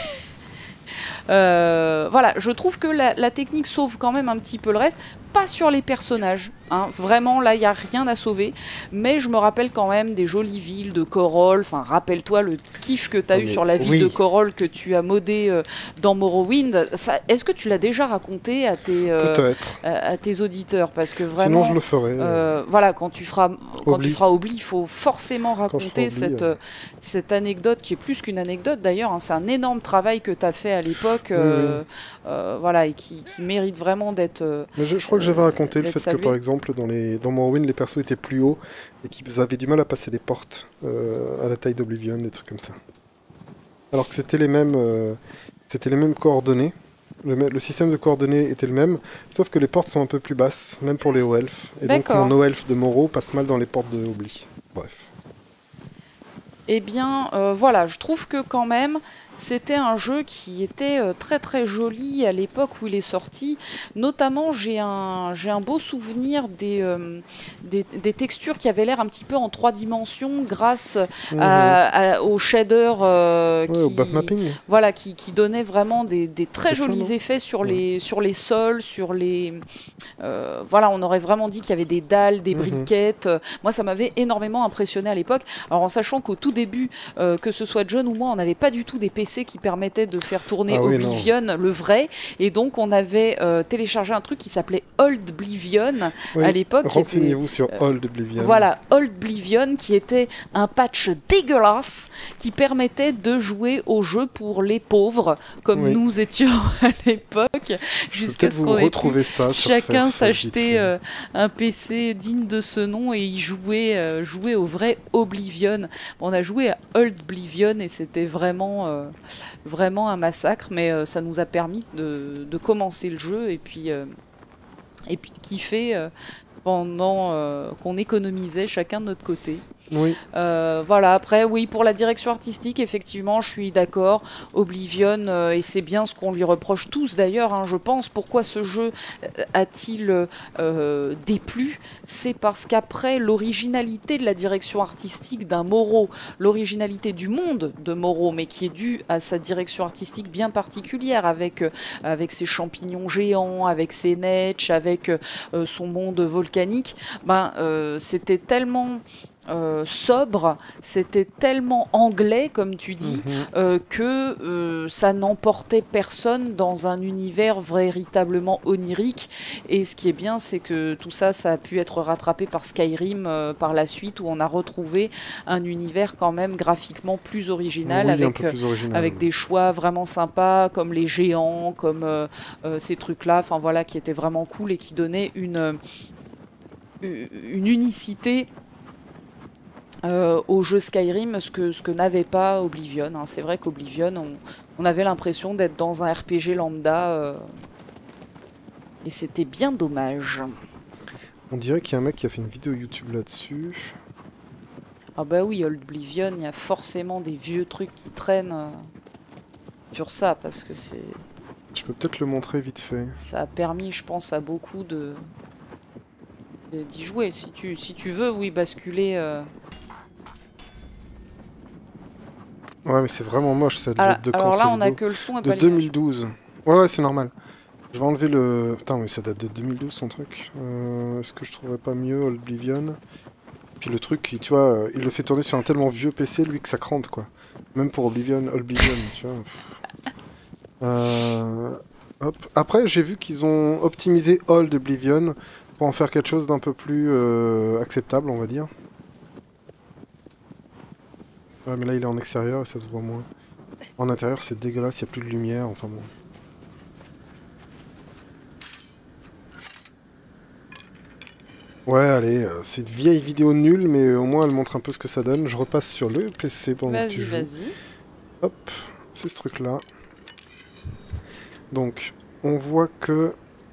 Euh, voilà, je trouve que la, la technique sauve quand même un petit peu le reste. Pas sur les personnages, hein. Vraiment, là, il n'y a rien à sauver. Mais je me rappelle quand même des jolies villes de Corol. Enfin, rappelle-toi le kiff que tu as Oh, eu mais sur la ville oui. de Corol que tu as modé euh, dans Morrowind. Ça- Est-ce que tu l'as déjà raconté à tes, euh, Peut-être. à, à tes auditeurs? Parce que vraiment... Sinon, je le ferai. Euh, voilà, quand tu feras, quand Oubli. tu feras Oubli, il faut forcément Quand je ferai raconter Oubli, cette, euh. euh, cette anecdote qui est plus qu'une anecdote d'ailleurs. Hein, c'est un énorme travail que tu as fait à l'époque, Oui, euh, euh, voilà, et qui, qui mérite vraiment d'être. euh, Mais je, je crois que j'avais raconté le d'être fait salué. que, par exemple, exemple, dans, les... dans Morrowind, les persos étaient plus hauts et qu'ils avaient du mal à passer des portes euh, à la taille d'Oblivion, des trucs comme ça. Alors que c'était les mêmes, euh, c'était les mêmes coordonnées. Le, le système de coordonnées était le même, sauf que les portes sont un peu plus basses, même pour les hauts elfes. Et donc mon haut elfe de Morrow passe mal dans les portes de Obli. Bref. Eh bien, euh, voilà, je trouve que quand même, c'était un jeu qui était euh, très très joli à l'époque où il est sorti. Notamment, j'ai un, j'ai un beau souvenir des, euh, des, des textures qui avaient l'air un petit peu en trois dimensions grâce mmh. à, à, au shader euh, ouais, qui, au backmapping. Voilà, qui, qui donnait vraiment des, des très jolis ça, effets sur, ouais. les, sur les sols, sur les... Euh, voilà, on aurait vraiment dit qu'il y avait des dalles, des mmh. briquettes. Moi, ça m'avait énormément impressionné à l'époque. Alors, en sachant qu'au tout début, euh, que ce soit John ou moi, on n'avait pas du tout des P C qui permettait de faire tourner ah oui, Oblivion, non. le vrai, et donc on avait euh, téléchargé un truc qui s'appelait Old Oblivion oui, à l'époque. Renseignez-vous sur euh, Old Oblivion. Voilà, Old Oblivion, qui était un patch dégueulasse qui permettait de jouer au jeu pour les pauvres, comme oui. nous étions à l'époque, jusqu'à ce qu'on ait pu ça chacun s'acheter euh, un P C digne de ce nom et y jouer, euh, jouer au vrai Oblivion. Bon, on a joué à Old Oblivion et c'était vraiment... Euh, vraiment un massacre, mais euh, ça nous a permis de, de commencer le jeu et puis, euh, et puis de kiffer euh, pendant euh, qu'on économisait chacun de notre côté. Oui. Euh, voilà, après, oui, pour la direction artistique, effectivement, je suis d'accord. Oblivion, euh, et c'est bien ce qu'on lui reproche tous d'ailleurs, hein, je pense. Pourquoi ce jeu a-t-il euh, déplu? C'est parce qu'après, l'originalité de la direction artistique d'un Morrow, l'originalité du monde de Morrow, mais qui est due à sa direction artistique bien particulière, avec, euh, avec ses champignons géants, avec ses netches, avec euh, son monde volcanique, ben, euh, c'était tellement... Euh, sobre, c'était tellement anglais, comme tu dis, mmh. euh, que euh, ça n'emportait personne dans un univers véritablement onirique. Et ce qui est bien, c'est que tout ça, ça a pu être rattrapé par Skyrim euh, par la suite, où on a retrouvé un univers quand même graphiquement plus original, oui, avec, plus original avec oui. des choix vraiment sympas, comme les géants, comme euh, euh, ces trucs-là, enfin voilà, qui étaient vraiment cool et qui donnaient une, une unicité Euh, au jeu Skyrim, ce que, ce que n'avait pas Oblivion. Hein. C'est vrai qu'Oblivion, on, on avait l'impression d'être dans un R P G lambda, euh, et c'était bien dommage. On dirait qu'il y a un mec qui a fait une vidéo YouTube là-dessus. Ah bah oui, Old Oblivion, il y a forcément des vieux trucs qui traînent euh, sur ça, parce que c'est... Je peux peut-être le montrer vite fait. Ça a permis, je pense, à beaucoup de d'y jouer. Si tu, si tu veux, oui, basculer... Euh... Ouais, mais c'est vraiment moche, ça. Alors, de alors là, on a que le son et de pas deux mille douze. Ouais, ouais, c'est normal. Je vais enlever le... Putain, mais ça date de deux mille douze, son truc. Euh, Est-ce que je trouverais pas mieux Old Oblivion? Puis le truc, tu vois, il le fait tourner sur un tellement vieux P C, lui, que ça crante, quoi. Même pour Oblivion, Old Oblivion, tu vois. Euh... Hop. Après, j'ai vu qu'ils ont optimisé Old Oblivion pour en faire quelque chose d'un peu plus euh, acceptable, on va dire. Ouais, mais là, il est en extérieur et ça se voit moins. En intérieur, c'est dégueulasse, il n'y a plus de lumière, enfin bon. Ouais, allez, euh, c'est une vieille vidéo nulle, mais au moins elle montre un peu ce que ça donne. Je repasse sur le P C pendant que tu joues. Vas-y, vas-y. Hop, c'est ce truc-là. Donc, on voit que...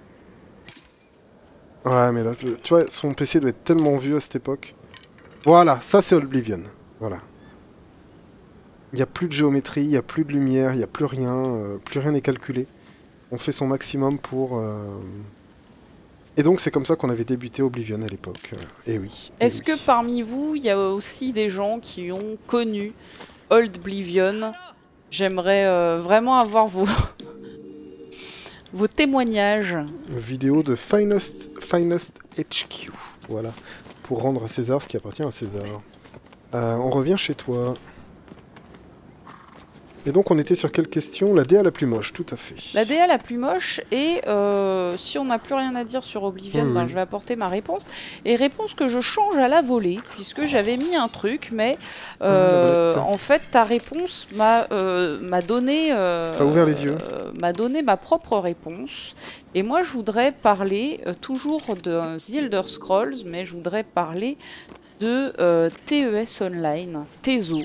Ouais, mais là, le... tu vois, son P C doit être tellement vieux à cette époque. Voilà, ça c'est Oblivion. Voilà. Il n'y a plus de géométrie, il n'y a plus de lumière, il n'y a plus rien, euh, plus rien n'est calculé. On fait son maximum pour... Euh... Et donc c'est comme ça qu'on avait débuté Oblivion à l'époque. Euh, et oui. Est-ce oui. que parmi vous, il y a aussi des gens qui ont connu Old Oblivion? J'aimerais euh, vraiment avoir vos... vos témoignages. Vidéo de Finest, Finest H Q. Voilà. Pour rendre à César ce qui appartient à César. Euh, on revient chez toi. Et donc on était sur quelle question? La D A la plus moche, tout à fait. La D A la plus moche, et euh, si on n'a plus rien à dire sur Oblivion, Oui, ben, oui. je vais apporter ma réponse. Et réponse que je change à la volée, puisque j'avais mis un truc, mais euh, Ah, la en fait ta réponse m'a euh, m'a donné, euh, T'as ouvert les yeux. euh, m'a donné ma propre réponse. Et moi je voudrais parler euh, toujours de The Elder Scrolls, mais je voudrais parler de euh, T E S Online, Tezo.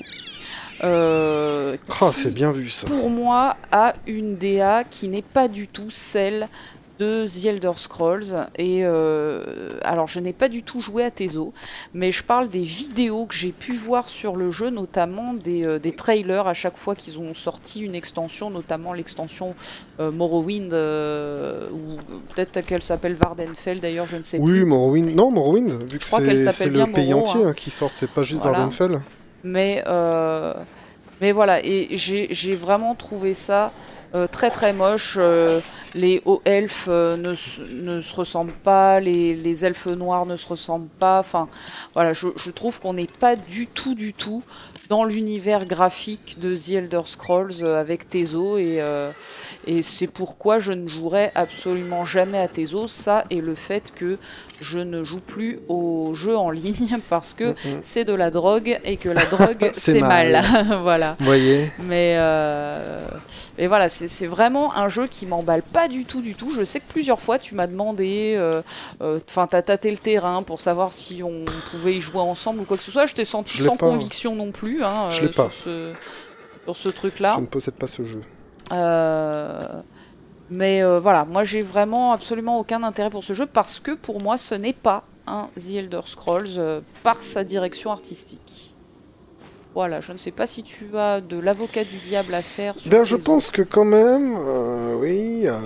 Euh, Oh, qui, c'est bien vu ça. pour moi, a une D A qui n'est pas du tout celle de The Elder Scrolls. Et euh, alors, je n'ai pas du tout joué à Tezo, mais je parle des vidéos que j'ai pu voir sur le jeu, notamment des, euh, des trailers à chaque fois qu'ils ont sorti une extension, notamment l'extension euh, Morrowind, euh, ou peut-être qu'elle s'appelle Vardenfell d'ailleurs, je ne sais Oui, plus. Morrowind. Non, Morrowind, vu que crois qu'elle c'est s'appelle c'est bien le pays Morrow, entier hein. hein, qui sort, c'est pas juste Voilà. Vardenfell. Mais, euh, mais voilà, et j'ai j'ai vraiment trouvé ça euh, très très moche. Euh, les hauts elfes euh, ne, se- ne se ressemblent pas, les, les elfes noirs ne se ressemblent pas. Enfin, voilà, je, je trouve qu'on n'est pas du tout, du tout dans l'univers graphique de The Elder Scrolls euh, avec Tezo. Et, euh, et c'est pourquoi je ne jouerai absolument jamais à Tezo. Ça et le fait que je ne joue plus aux jeux en ligne parce que Mm-mm. c'est de la drogue et que la drogue C'est c'est mal. mal. Voilà. Vous voyez. Mais euh, et voilà, c'est c'est vraiment un jeu qui m'emballe pas du tout, du tout. Je sais que plusieurs fois tu m'as demandé, enfin euh, t'as tâté le terrain pour savoir si on pouvait y jouer ensemble ou quoi que ce soit. Je t'ai senti Je l'ai sans pas. conviction non plus hein, Je l'ai euh, pas. sur ce, sur ce truc-là. Je ne possède pas ce jeu. Euh, mais euh, voilà, moi j'ai vraiment absolument aucun intérêt pour ce jeu parce que pour moi ce n'est pas un The Elder Scrolls euh, par sa direction artistique. Voilà, je ne sais pas si tu as de l'avocat du diable à faire sur Ben, je Tezo. pense que quand même, euh, oui. euh,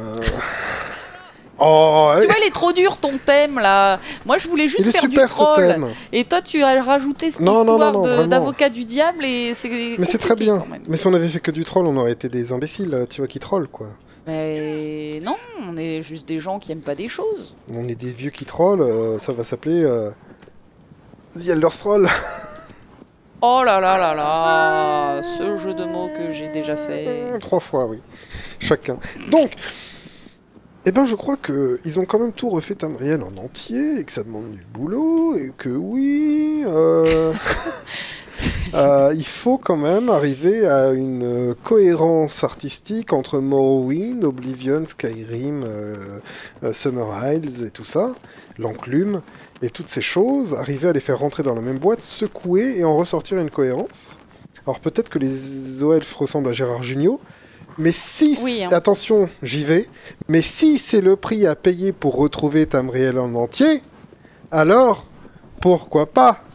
Oh, Tu allez, vois, il est trop dur ton thème là. Moi je voulais il juste est faire super du ce troll. thème. Et toi tu as rajouté cette Non, non, non, histoire non, de- vraiment. d'avocat du diable et c'est Mais c'est très compliqué bien. quand même. Mais si on avait fait que du troll, on aurait été des imbéciles, tu vois, qui trollent, quoi. Mais non, on est juste des gens qui aiment pas des choses. On est des vieux qui trollent, euh, ça va s'appeler euh, The Elder Scrolls. Oh là là là là, ce jeu de mots que j'ai déjà fait. Trois fois, oui. Chacun. Donc, eh ben, je crois que ils ont quand même tout refait Tamriel en entier, et que ça demande du boulot, et que oui... euh, euh, il faut quand même arriver à une cohérence artistique entre Morrowind, Oblivion, Skyrim, euh, euh, Summer Isles et tout ça, l'enclume, et toutes ces choses, arriver à les faire rentrer dans la même boîte, secouer et en ressortir une cohérence. Alors peut-être que les O-Elfes ressemblent à Gérard Jugnot, mais si, Oui, hein. attention, j'y vais, mais si c'est le prix à payer pour retrouver Tamriel en entier, alors pourquoi pas?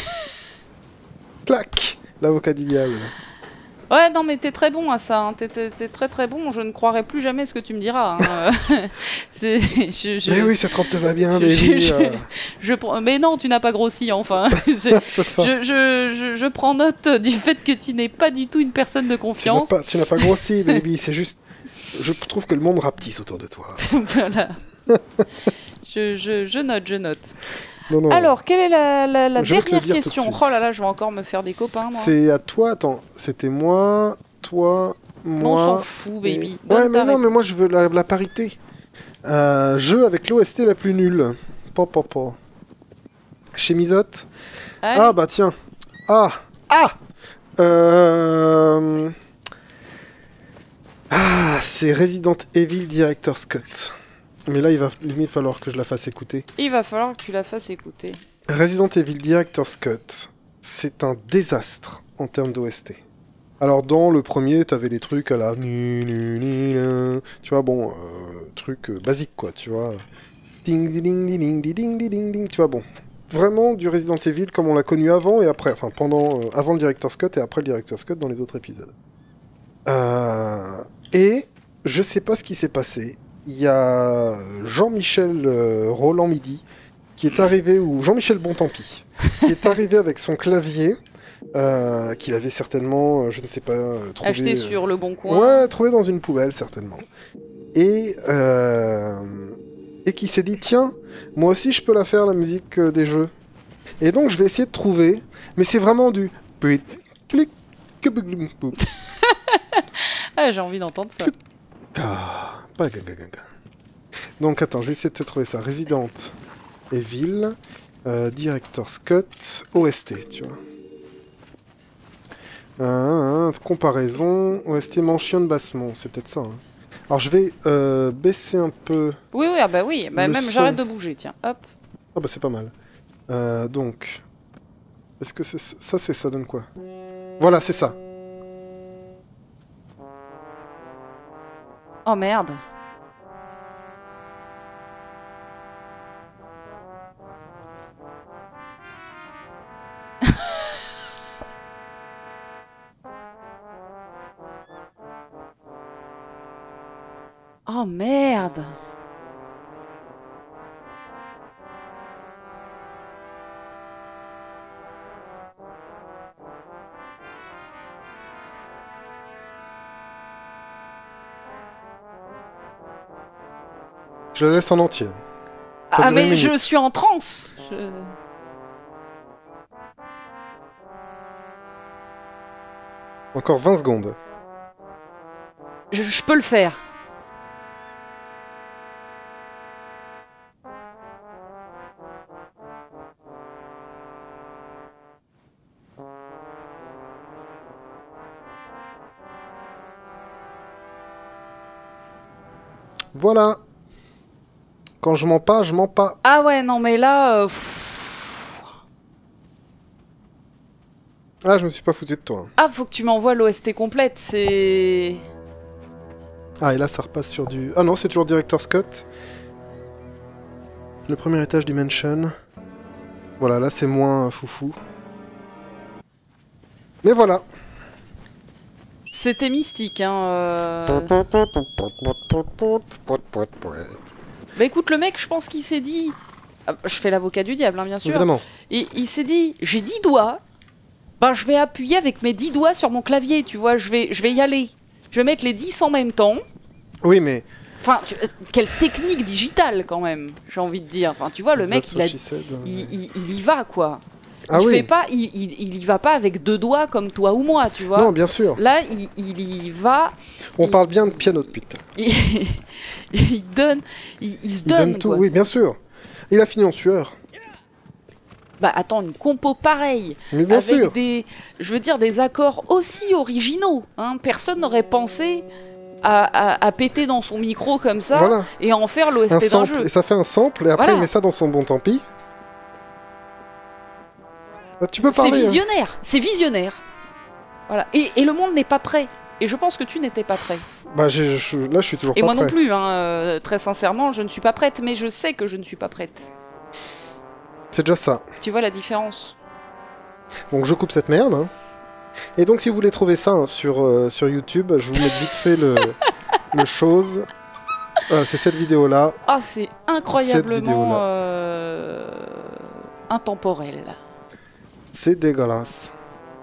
Clac, l'avocat du diable. Ouais, non, mais t'es très bon à ça. Hein. T'es, t'es- t'es très très bon. Je ne croirais plus jamais ce que tu me diras. Hein. C'est, je, je, Mais oui, cette robe te va bien, je- baby. je- euh, je prends- mais non, tu n'as pas grossi, enfin. Je, c'est ça. je, je, je- je prends note du fait que tu n'es pas du tout une personne de Tu n'as confiance. pas, tu n'as pas grossi, baby. C'est juste, je trouve que le monde rapetisse autour de toi. Voilà. Je, je, je note, je note. Non, non. Alors, quelle est la, la, la Je vais te le dernière dire tout de question? suite. Oh là là, je vais encore me faire des copains, moi. C'est à toi. Attends, c'était moi, toi, moi. On s'en fout, et- baby. Ouais, Donne mais ta non, réponse. mais moi je veux la, la parité. Euh, jeu avec l'O S T la plus nulle. Po, po, po. Chez Misotte. Allez. Ah bah tiens. Ah. Ah euh... Ah, c'est Resident Evil Director's Cut. Mais là, il va limite falloir que je la fasse écouter. Il va falloir que tu la fasses écouter. Resident Evil Director's Cut, c'est un désastre en termes d'O S T. Alors dans le premier, t'avais des trucs à la... ni, ni, ni, ni, tu vois, bon, euh, truc euh, basique quoi, tu vois. Ding, ding, ding, ding, ding, ding, ding, ding, tu vois, bon. Vraiment du Resident Evil comme on l'a connu avant et après, enfin pendant, euh, avant le Director's Cut et après le Director's Cut dans les autres épisodes. Euh, et je sais pas ce qui s'est passé. Il y a Jean-Michel euh, Roland Midi qui est arrivé, ou Jean-Michel Bontempi, qui est arrivé avec son clavier, euh, qu'il avait certainement, euh, je ne sais pas, euh, trouvé... Acheter euh, sur le bon coin. Ouais, trouvé dans une poubelle, certainement. Et, euh, et qui s'est dit, tiens, moi aussi je peux la faire, la musique euh, des jeux. Et donc je vais essayer de trouver, mais c'est vraiment du... clic, clic, Ah, j'ai envie d'entendre ça. Ah, bah, ga, ga, ga, ga. Donc attends, je vais essayer de te trouver ça. Resident Evil, euh, Director's Cut, O S T, tu vois. Euh, euh, comparaison, O S T mentionne bassement, c'est peut-être ça. Hein. Alors je vais euh, baisser un peu... Oui, oui, ah bah oui, bah, même son. j'arrête de bouger, tiens, hop. Ah bah c'est pas mal. Euh, donc... Est-ce que c'est ça, c'est ça donne quoi? Voilà, c'est ça. Oh merde. Oh merde. Je la laisse en entier. Ça Ah dure une mais je minute. suis en transe. Je... Encore vingt secondes. Je, je peux le faire. Voilà. Quand je mens pas, je mens pas. Ah ouais, non mais là... euh, pff. Ah, je me suis pas foutu de toi. Ah, faut que tu m'envoies l'O S T complète, c'est... Ah, et là, ça repasse sur du... Ah non, c'est toujours Director's Cut. Le premier étage du mansion. Voilà, là, c'est moins foufou. Mais voilà. C'était mystique, hein. euh. Bah écoute, le mec, je pense qu'il s'est dit... Ah, je fais l'avocat du diable, hein, bien sûr. Évidemment. Et il s'est dit, j'ai dix doigts, ben je vais appuyer avec mes dix doigts sur mon clavier, tu vois, je vais, je vais y aller. Je vais mettre les dix en même temps. Oui, mais... Enfin, tu- euh, quelle technique digitale, quand même, j'ai envie de dire. Enfin, tu vois, le mec, That's il, a, what she said. il, il, il y va, quoi. Ah il oui. fait pas, il, il, il y va pas avec deux doigts comme toi ou moi, tu vois. Non, bien sûr. Là, il, il y va... On il- parle bien de piano depuis tout à l'heure. Il, il donne... Il, il se Il donne, donne tout, quoi. oui, bien sûr. Il a fini en sueur. Bah attends, une compo pareille, Mais bien avec sûr. des, je veux dire, des accords aussi originaux. Hein. Personne n'aurait pensé à, à, à péter dans son micro comme ça Voilà. et à en faire l'O S Un T d'un sample, jeu. et ça fait un sample, et après Voilà. il met ça dans son bon tant pis. Bah, tu peux C'est parler. hein. visionnaire, c'est visionnaire. Voilà. Et, et le monde n'est pas prêt. Et je pense que tu n'étais pas prêt. Bah, j'ai- je- là, je suis toujours Et pas moi non prêt. plus, hein, euh, très sincèrement, je ne suis pas prête, mais je sais que je ne suis pas prête. C'est déjà ça. Tu vois la différence? Donc, je coupe cette merde. hein. Et donc, si vous voulez trouver ça hein, sur, euh, sur YouTube, je vous mets vite fait le, le chose. Euh, c'est cette vidéo-là. Ah, c'est incroyablement vidéo-là. euh, intemporel. C'est dégueulasse.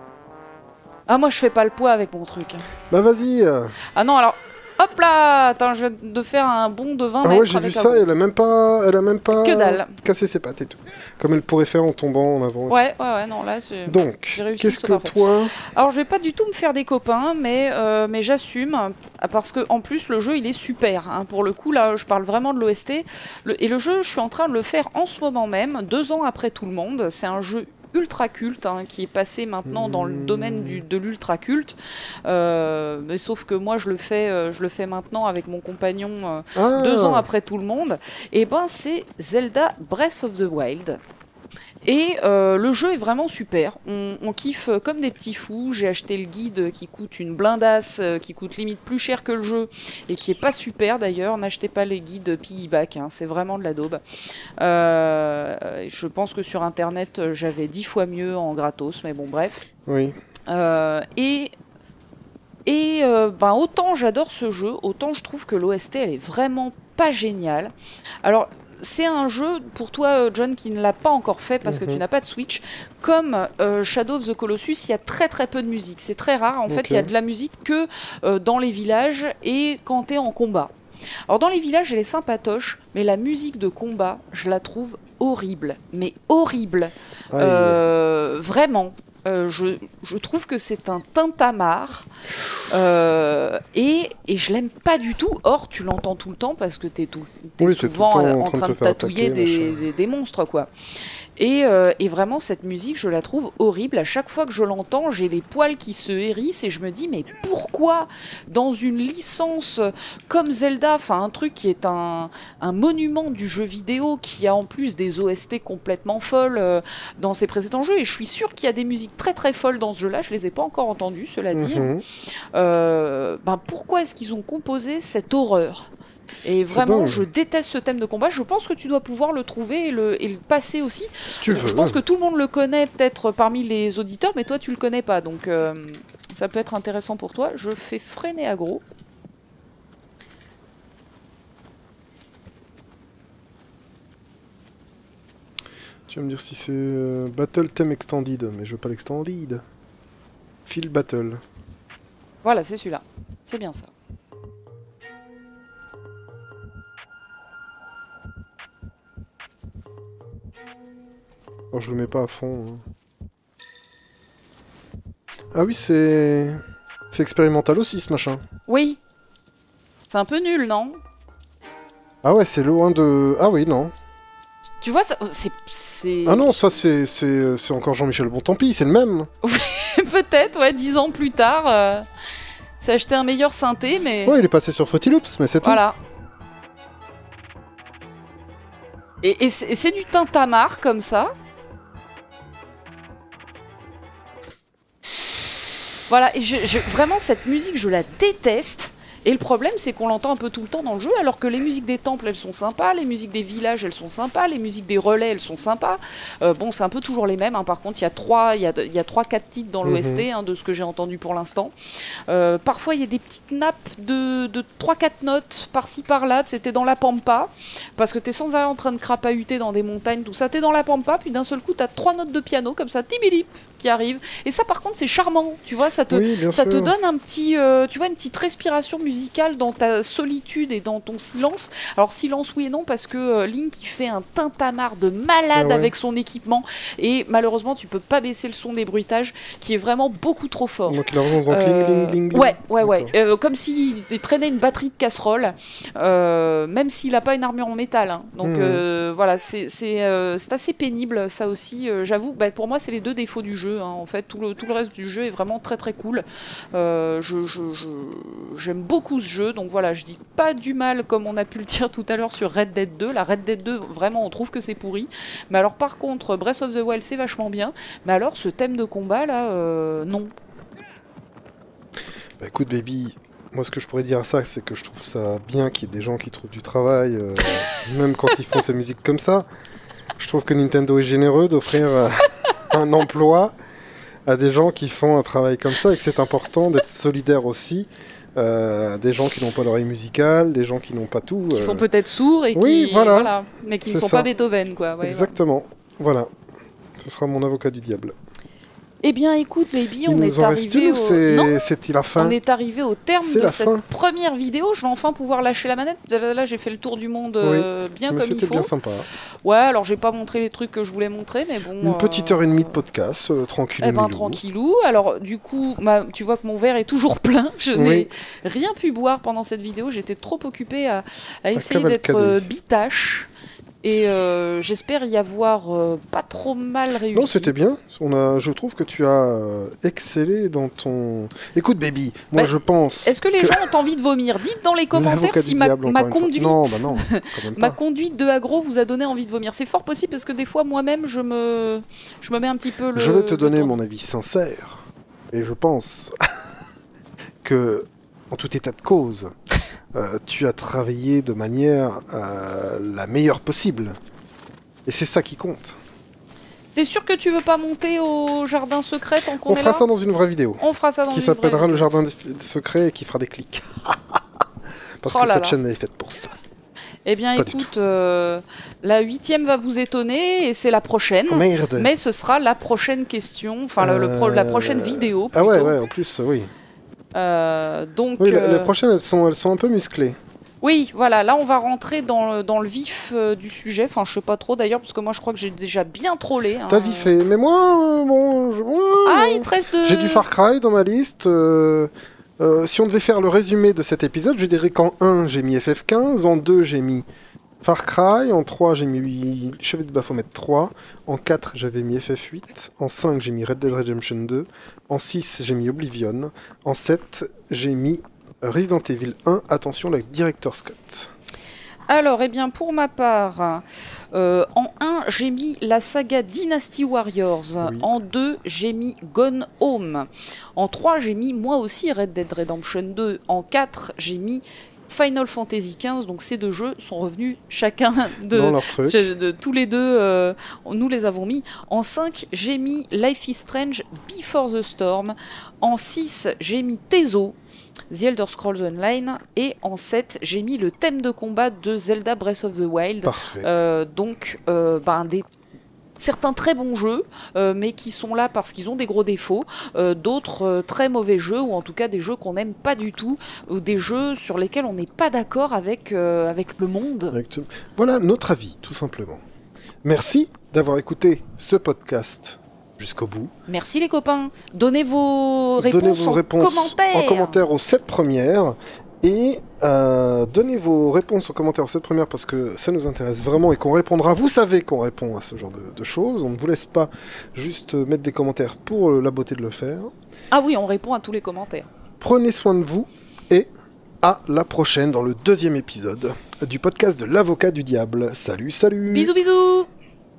Ah, moi je fais pas le poids avec mon truc. hein. Bah, vas-y. euh. Ah non, alors, hop là. Attends, je viens de faire un bond de vingt Ah mètres ouais, j'ai vu avec un ça, bout. elle a même pas, elle a même pas Que dalle. cassé ses pattes et tout. Comme elle pourrait faire en tombant en avant. Ouais, ouais, ouais, non, là, c'est... Donc, J'ai réussi, qu'est-ce c'est que parfait. toi... Alors, je vais pas du tout me faire des copains, mais, euh, mais j'assume, parce que en plus, le jeu, il est super. Hein. Pour le coup, là, je parle vraiment de l'O S T. Le, et le jeu, je suis en train de le faire en ce moment même, deux ans après tout le monde. C'est un jeu ultra culte hein, qui est passé maintenant dans le domaine du, de l'ultra culte euh, mais sauf que moi je le fais euh, je le fais maintenant avec mon compagnon euh, Ah, deux ans après tout le monde et ben c'est Zelda Breath of the Wild. Et euh, le jeu est vraiment super, on, on kiffe comme des petits fous. J'ai acheté le guide qui coûte une blindasse, euh, qui coûte limite plus cher que le jeu, et qui est pas super d'ailleurs. N'achetez pas les guides piggyback, hein, c'est vraiment de la daube. Euh, je pense que sur internet j'avais dix fois mieux en gratos, mais bon bref. Oui. Euh, et et euh, ben, autant j'adore ce jeu, autant je trouve que l'O S T elle est vraiment pas géniale. Alors c'est un jeu, pour toi, John, qui ne l'a pas encore fait parce que Mhm. tu n'as pas de Switch. Comme euh, Shadow of the Colossus, il y a très très peu de musique. C'est très rare. En fait, Ok. il y a de la musique que euh, dans les villages et quand tu es en combat. Alors, dans les villages, elle est sympatoche, mais la musique de combat, je la trouve horrible. Mais horrible. Aïe. Euh, vraiment. Euh, je, je trouve que c'est un tintamarre euh, et, et je l'aime pas du tout. Or, tu l'entends tout le temps parce que t'es, tout, t'es Oui, souvent t'es tout le temps en en train train de de te faire tatouiller attaquer, des, machin. des, des monstres, quoi. Et, euh, et vraiment, cette musique, je la trouve horrible. À chaque fois que je l'entends, j'ai les poils qui se hérissent et je me dis, mais pourquoi, dans une licence comme Zelda, enfin un truc qui est un, un monument du jeu vidéo, qui a en plus des O S T complètement folles euh, dans ses précédents jeux, et je suis sûre qu'il y a des musiques très très folles dans ce jeu-là, je les ai pas encore entendues, cela dit. Mhm. Euh, ben pourquoi est-ce qu'ils ont composé cette horreur ? Et C'est vraiment, dingue. je déteste ce thème de combat. Je pense que tu dois pouvoir le trouver et le, et le passer aussi. Si tu veux. Je pense que tout le monde le connaît peut-être parmi les auditeurs, mais toi tu le connais pas. Donc euh, ça peut être intéressant pour toi. Je fais freiner aggro. Tu vas me dire si c'est euh, Battle Theme Extended, mais je veux pas l'extended. Field Battle. Voilà, c'est celui-là. C'est bien ça. Alors je le mets pas à fond. hein. Ah oui, c'est... C'est expérimental aussi, ce machin. Oui. C'est un peu nul, non ? Ah ouais, c'est loin de... Ah oui, non. Tu vois, ça- c'est... c'est... Ah non, ça c'est c'est c'est encore Jean-Michel Bontempi, c'est le même. Peut-être, ouais, dix ans plus tard, euh, c'est acheté un meilleur synthé, mais... Ouais, il est passé sur Fruity Loops, mais c'est tout. Voilà. Et, et c'est et c'est du tintamarre comme ça. Voilà, et je, je- vraiment cette musique, je la déteste. Et le problème, c'est qu'on l'entend un peu tout le temps dans le jeu, alors que les musiques des temples, elles sont sympas, les musiques des villages, elles sont sympas, les musiques des relais, elles sont sympas. Euh, bon, c'est un peu toujours les mêmes, hein. Par contre, il y a trois, il y a, il y a trois, quatre titres dans l'O S T, hein, de ce que j'ai entendu pour l'instant. Euh, parfois, il y a des petites nappes de, de trois quatre notes par-ci par-là. C'était dans la pampa, parce que t'es sans arrêt en train de crapahuter dans des montagnes, tout ça. T'es dans la pampa, puis d'un seul coup, t'as trois notes de piano comme ça, tibilip, qui arrivent. Et ça, par contre, c'est charmant. Tu vois, ça te, Oui, bien ça te sûr. donne un petit, euh, tu vois, une petite respiration musicale dans ta solitude et dans ton silence. Alors silence, oui et non, parce que euh, Link il fait un tintamarre de malade Ah ouais. avec son équipement, et malheureusement, tu peux pas baisser le son des bruitages, qui est vraiment beaucoup trop fort. Donc il a raison, donc Euh, ling, ling, ling, ling. Ouais, ouais, ouais. D'accord. Euh, comme s'il traînait une batterie de casserole, euh, même s'il n'a pas une armure en métal. hein. Donc Mhm. euh, voilà, c'est c'est, euh, c'est assez pénible, ça aussi. euh, J'avoue, bah, pour moi, c'est les deux défauts du jeu. hein. En fait, tout le, tout le reste du jeu est vraiment très très cool. Euh, je, je, je- j'aime beaucoup ce jeu, donc voilà, je dis pas du mal comme on a pu le dire tout à l'heure sur Red Dead deux. La Red Dead deux, vraiment, on trouve que c'est pourri. Mais alors, par contre, Breath of the Wild, c'est vachement bien. Mais alors, ce thème de combat là, euh, non. Bah écoute, baby, moi ce que je pourrais dire à ça, c'est que je trouve ça bien qu'il y ait des gens qui trouvent du travail, euh, même quand ils font ces musiques comme ça. Je trouve que Nintendo est généreux d'offrir euh, un emploi à des gens qui font un travail comme ça, et que c'est important d'être solidaire aussi. Euh, des gens qui n'ont pas l'oreille musicale, des gens qui n'ont pas tout. Qui euh, sont peut-être sourds et oui, qui, voilà. mais qui ne C'est sont ça. pas Beethoven, quoi. Ouais, Exactement. Voilà. Ce sera mon avocat du diable. Eh bien, écoute, baby, Il on nous est en reste arrivé une au... ou c'est Non, c'est la fin? on est arrivé au terme C'est de la cette fin. première vidéo. Je vais enfin pouvoir lâcher la manette. Là, là, j'ai fait le tour du monde euh, bien Mais comme il c'était faut. bien sympa. Ouais, alors j'ai pas montré les trucs que je voulais montrer, mais bon. Une euh, petite heure et demie de podcast, euh, tranquille. Eh ben, tranquillou. Alors, du coup, ma- tu vois que mon verre est toujours plein. Je n'ai Oui. rien pu boire pendant cette vidéo. J'étais trop occupée à, à essayer cavalcader. d'être euh, bitache. Et euh, j'espère y avoir euh, pas trop mal réussi. Non, c'était bien. On a, je trouve que tu as euh, excellé dans ton. Écoute, baby, moi Bah, je pense. Est-ce que les que- gens ont envie de vomir? Dites dans les commentaires L'avocat si du ma, diable, ma encore une fois. conduite, Non, bah non, quand même ma pas. conduite de aggro vous a donné envie de vomir. C'est fort possible parce que des fois moi-même je me, je me mets un petit peu le. Je vais te le donner tour. mon avis sincère. Et je pense que, en tout état de cause, euh, tu as travaillé de manière euh, la meilleure possible. Et c'est ça qui compte. T'es sûr que tu veux pas monter au jardin secret tant qu'on On est fera là ça dans une vraie vidéo. On fera ça dans Qui une s'appellera vraie le vidéo. jardin des secret et qui fera des clics. Parce Oh que là cette là. chaîne est faite pour ça. Eh bien, Pas du écoute, euh, la huitième va vous étonner et c'est la prochaine. Oh, merde. Mais ce sera la prochaine question, enfin le- le pro- la Euh, prochaine vidéo. Ah ouais, plutôt. ouais, en plus, euh, oui. Euh, donc, Oui, la- euh, les prochaines, elles sont, elles sont un peu musclées. Oui, voilà, là on va rentrer dans le, dans le vif euh, du sujet, enfin je sais pas trop d'ailleurs, parce que moi je crois que j'ai déjà bien trollé. Hein. T'as vifé, mais moi, euh, bon, je... moi, Ah, bon. il te reste de... J'ai du Far Cry dans ma liste. Euh, euh, si on devait faire le résumé de cet épisode, je dirais qu'en un, j'ai mis F F quinze, en deux, j'ai mis Far Cry, en trois, j'ai mis Chevalier de Baphomet trois, en quatre, j'avais mis F F huit, en cinq, j'ai mis Red Dead Redemption deux, en six, j'ai mis Oblivion, en sept, j'ai mis Resident Evil un, attention, la Director's Cut. Alors, eh bien, pour ma part, euh, en un, j'ai mis la saga Dynasty Warriors. Oui. En deux, j'ai mis Gone Home. En trois, j'ai mis moi aussi Red Dead Redemption deux. En quatre, j'ai mis Final Fantasy quinze. Donc ces deux jeux sont revenus chacun de, Dans leur truc. de, de tous les deux. Euh, nous les avons mis. En cinq, j'ai mis Life is Strange Before the Storm. En six, j'ai mis Tezo, The Elder Scrolls Online, et en sept, j'ai mis le thème de combat de Zelda Breath of the Wild. Parfait. Euh, donc, euh, ben, des, certains très bons jeux, euh, mais qui sont là parce qu'ils ont des gros défauts, euh, d'autres euh, très mauvais jeux, ou en tout cas des jeux qu'on n'aime pas du tout, ou des jeux sur lesquels on n'est pas d'accord avec, euh, avec le monde. Avec... Voilà notre avis, tout simplement. Merci d'avoir écouté ce podcast jusqu'au bout. Merci les copains. Donnez vos réponses, Donnez vos en, réponses commentaire. en commentaire aux sept premières. Et euh, donnez vos réponses en commentaire aux sept premières parce que ça nous intéresse vraiment et qu'on répondra. Vous savez qu'on répond à ce genre de, de choses. On ne vous laisse pas juste mettre des commentaires pour la beauté de le faire. Ah oui, on répond à tous les commentaires. Prenez soin de vous et à la prochaine dans le deuxième épisode du podcast de l'avocat du diable. Salut, salut. Bisous, bisous.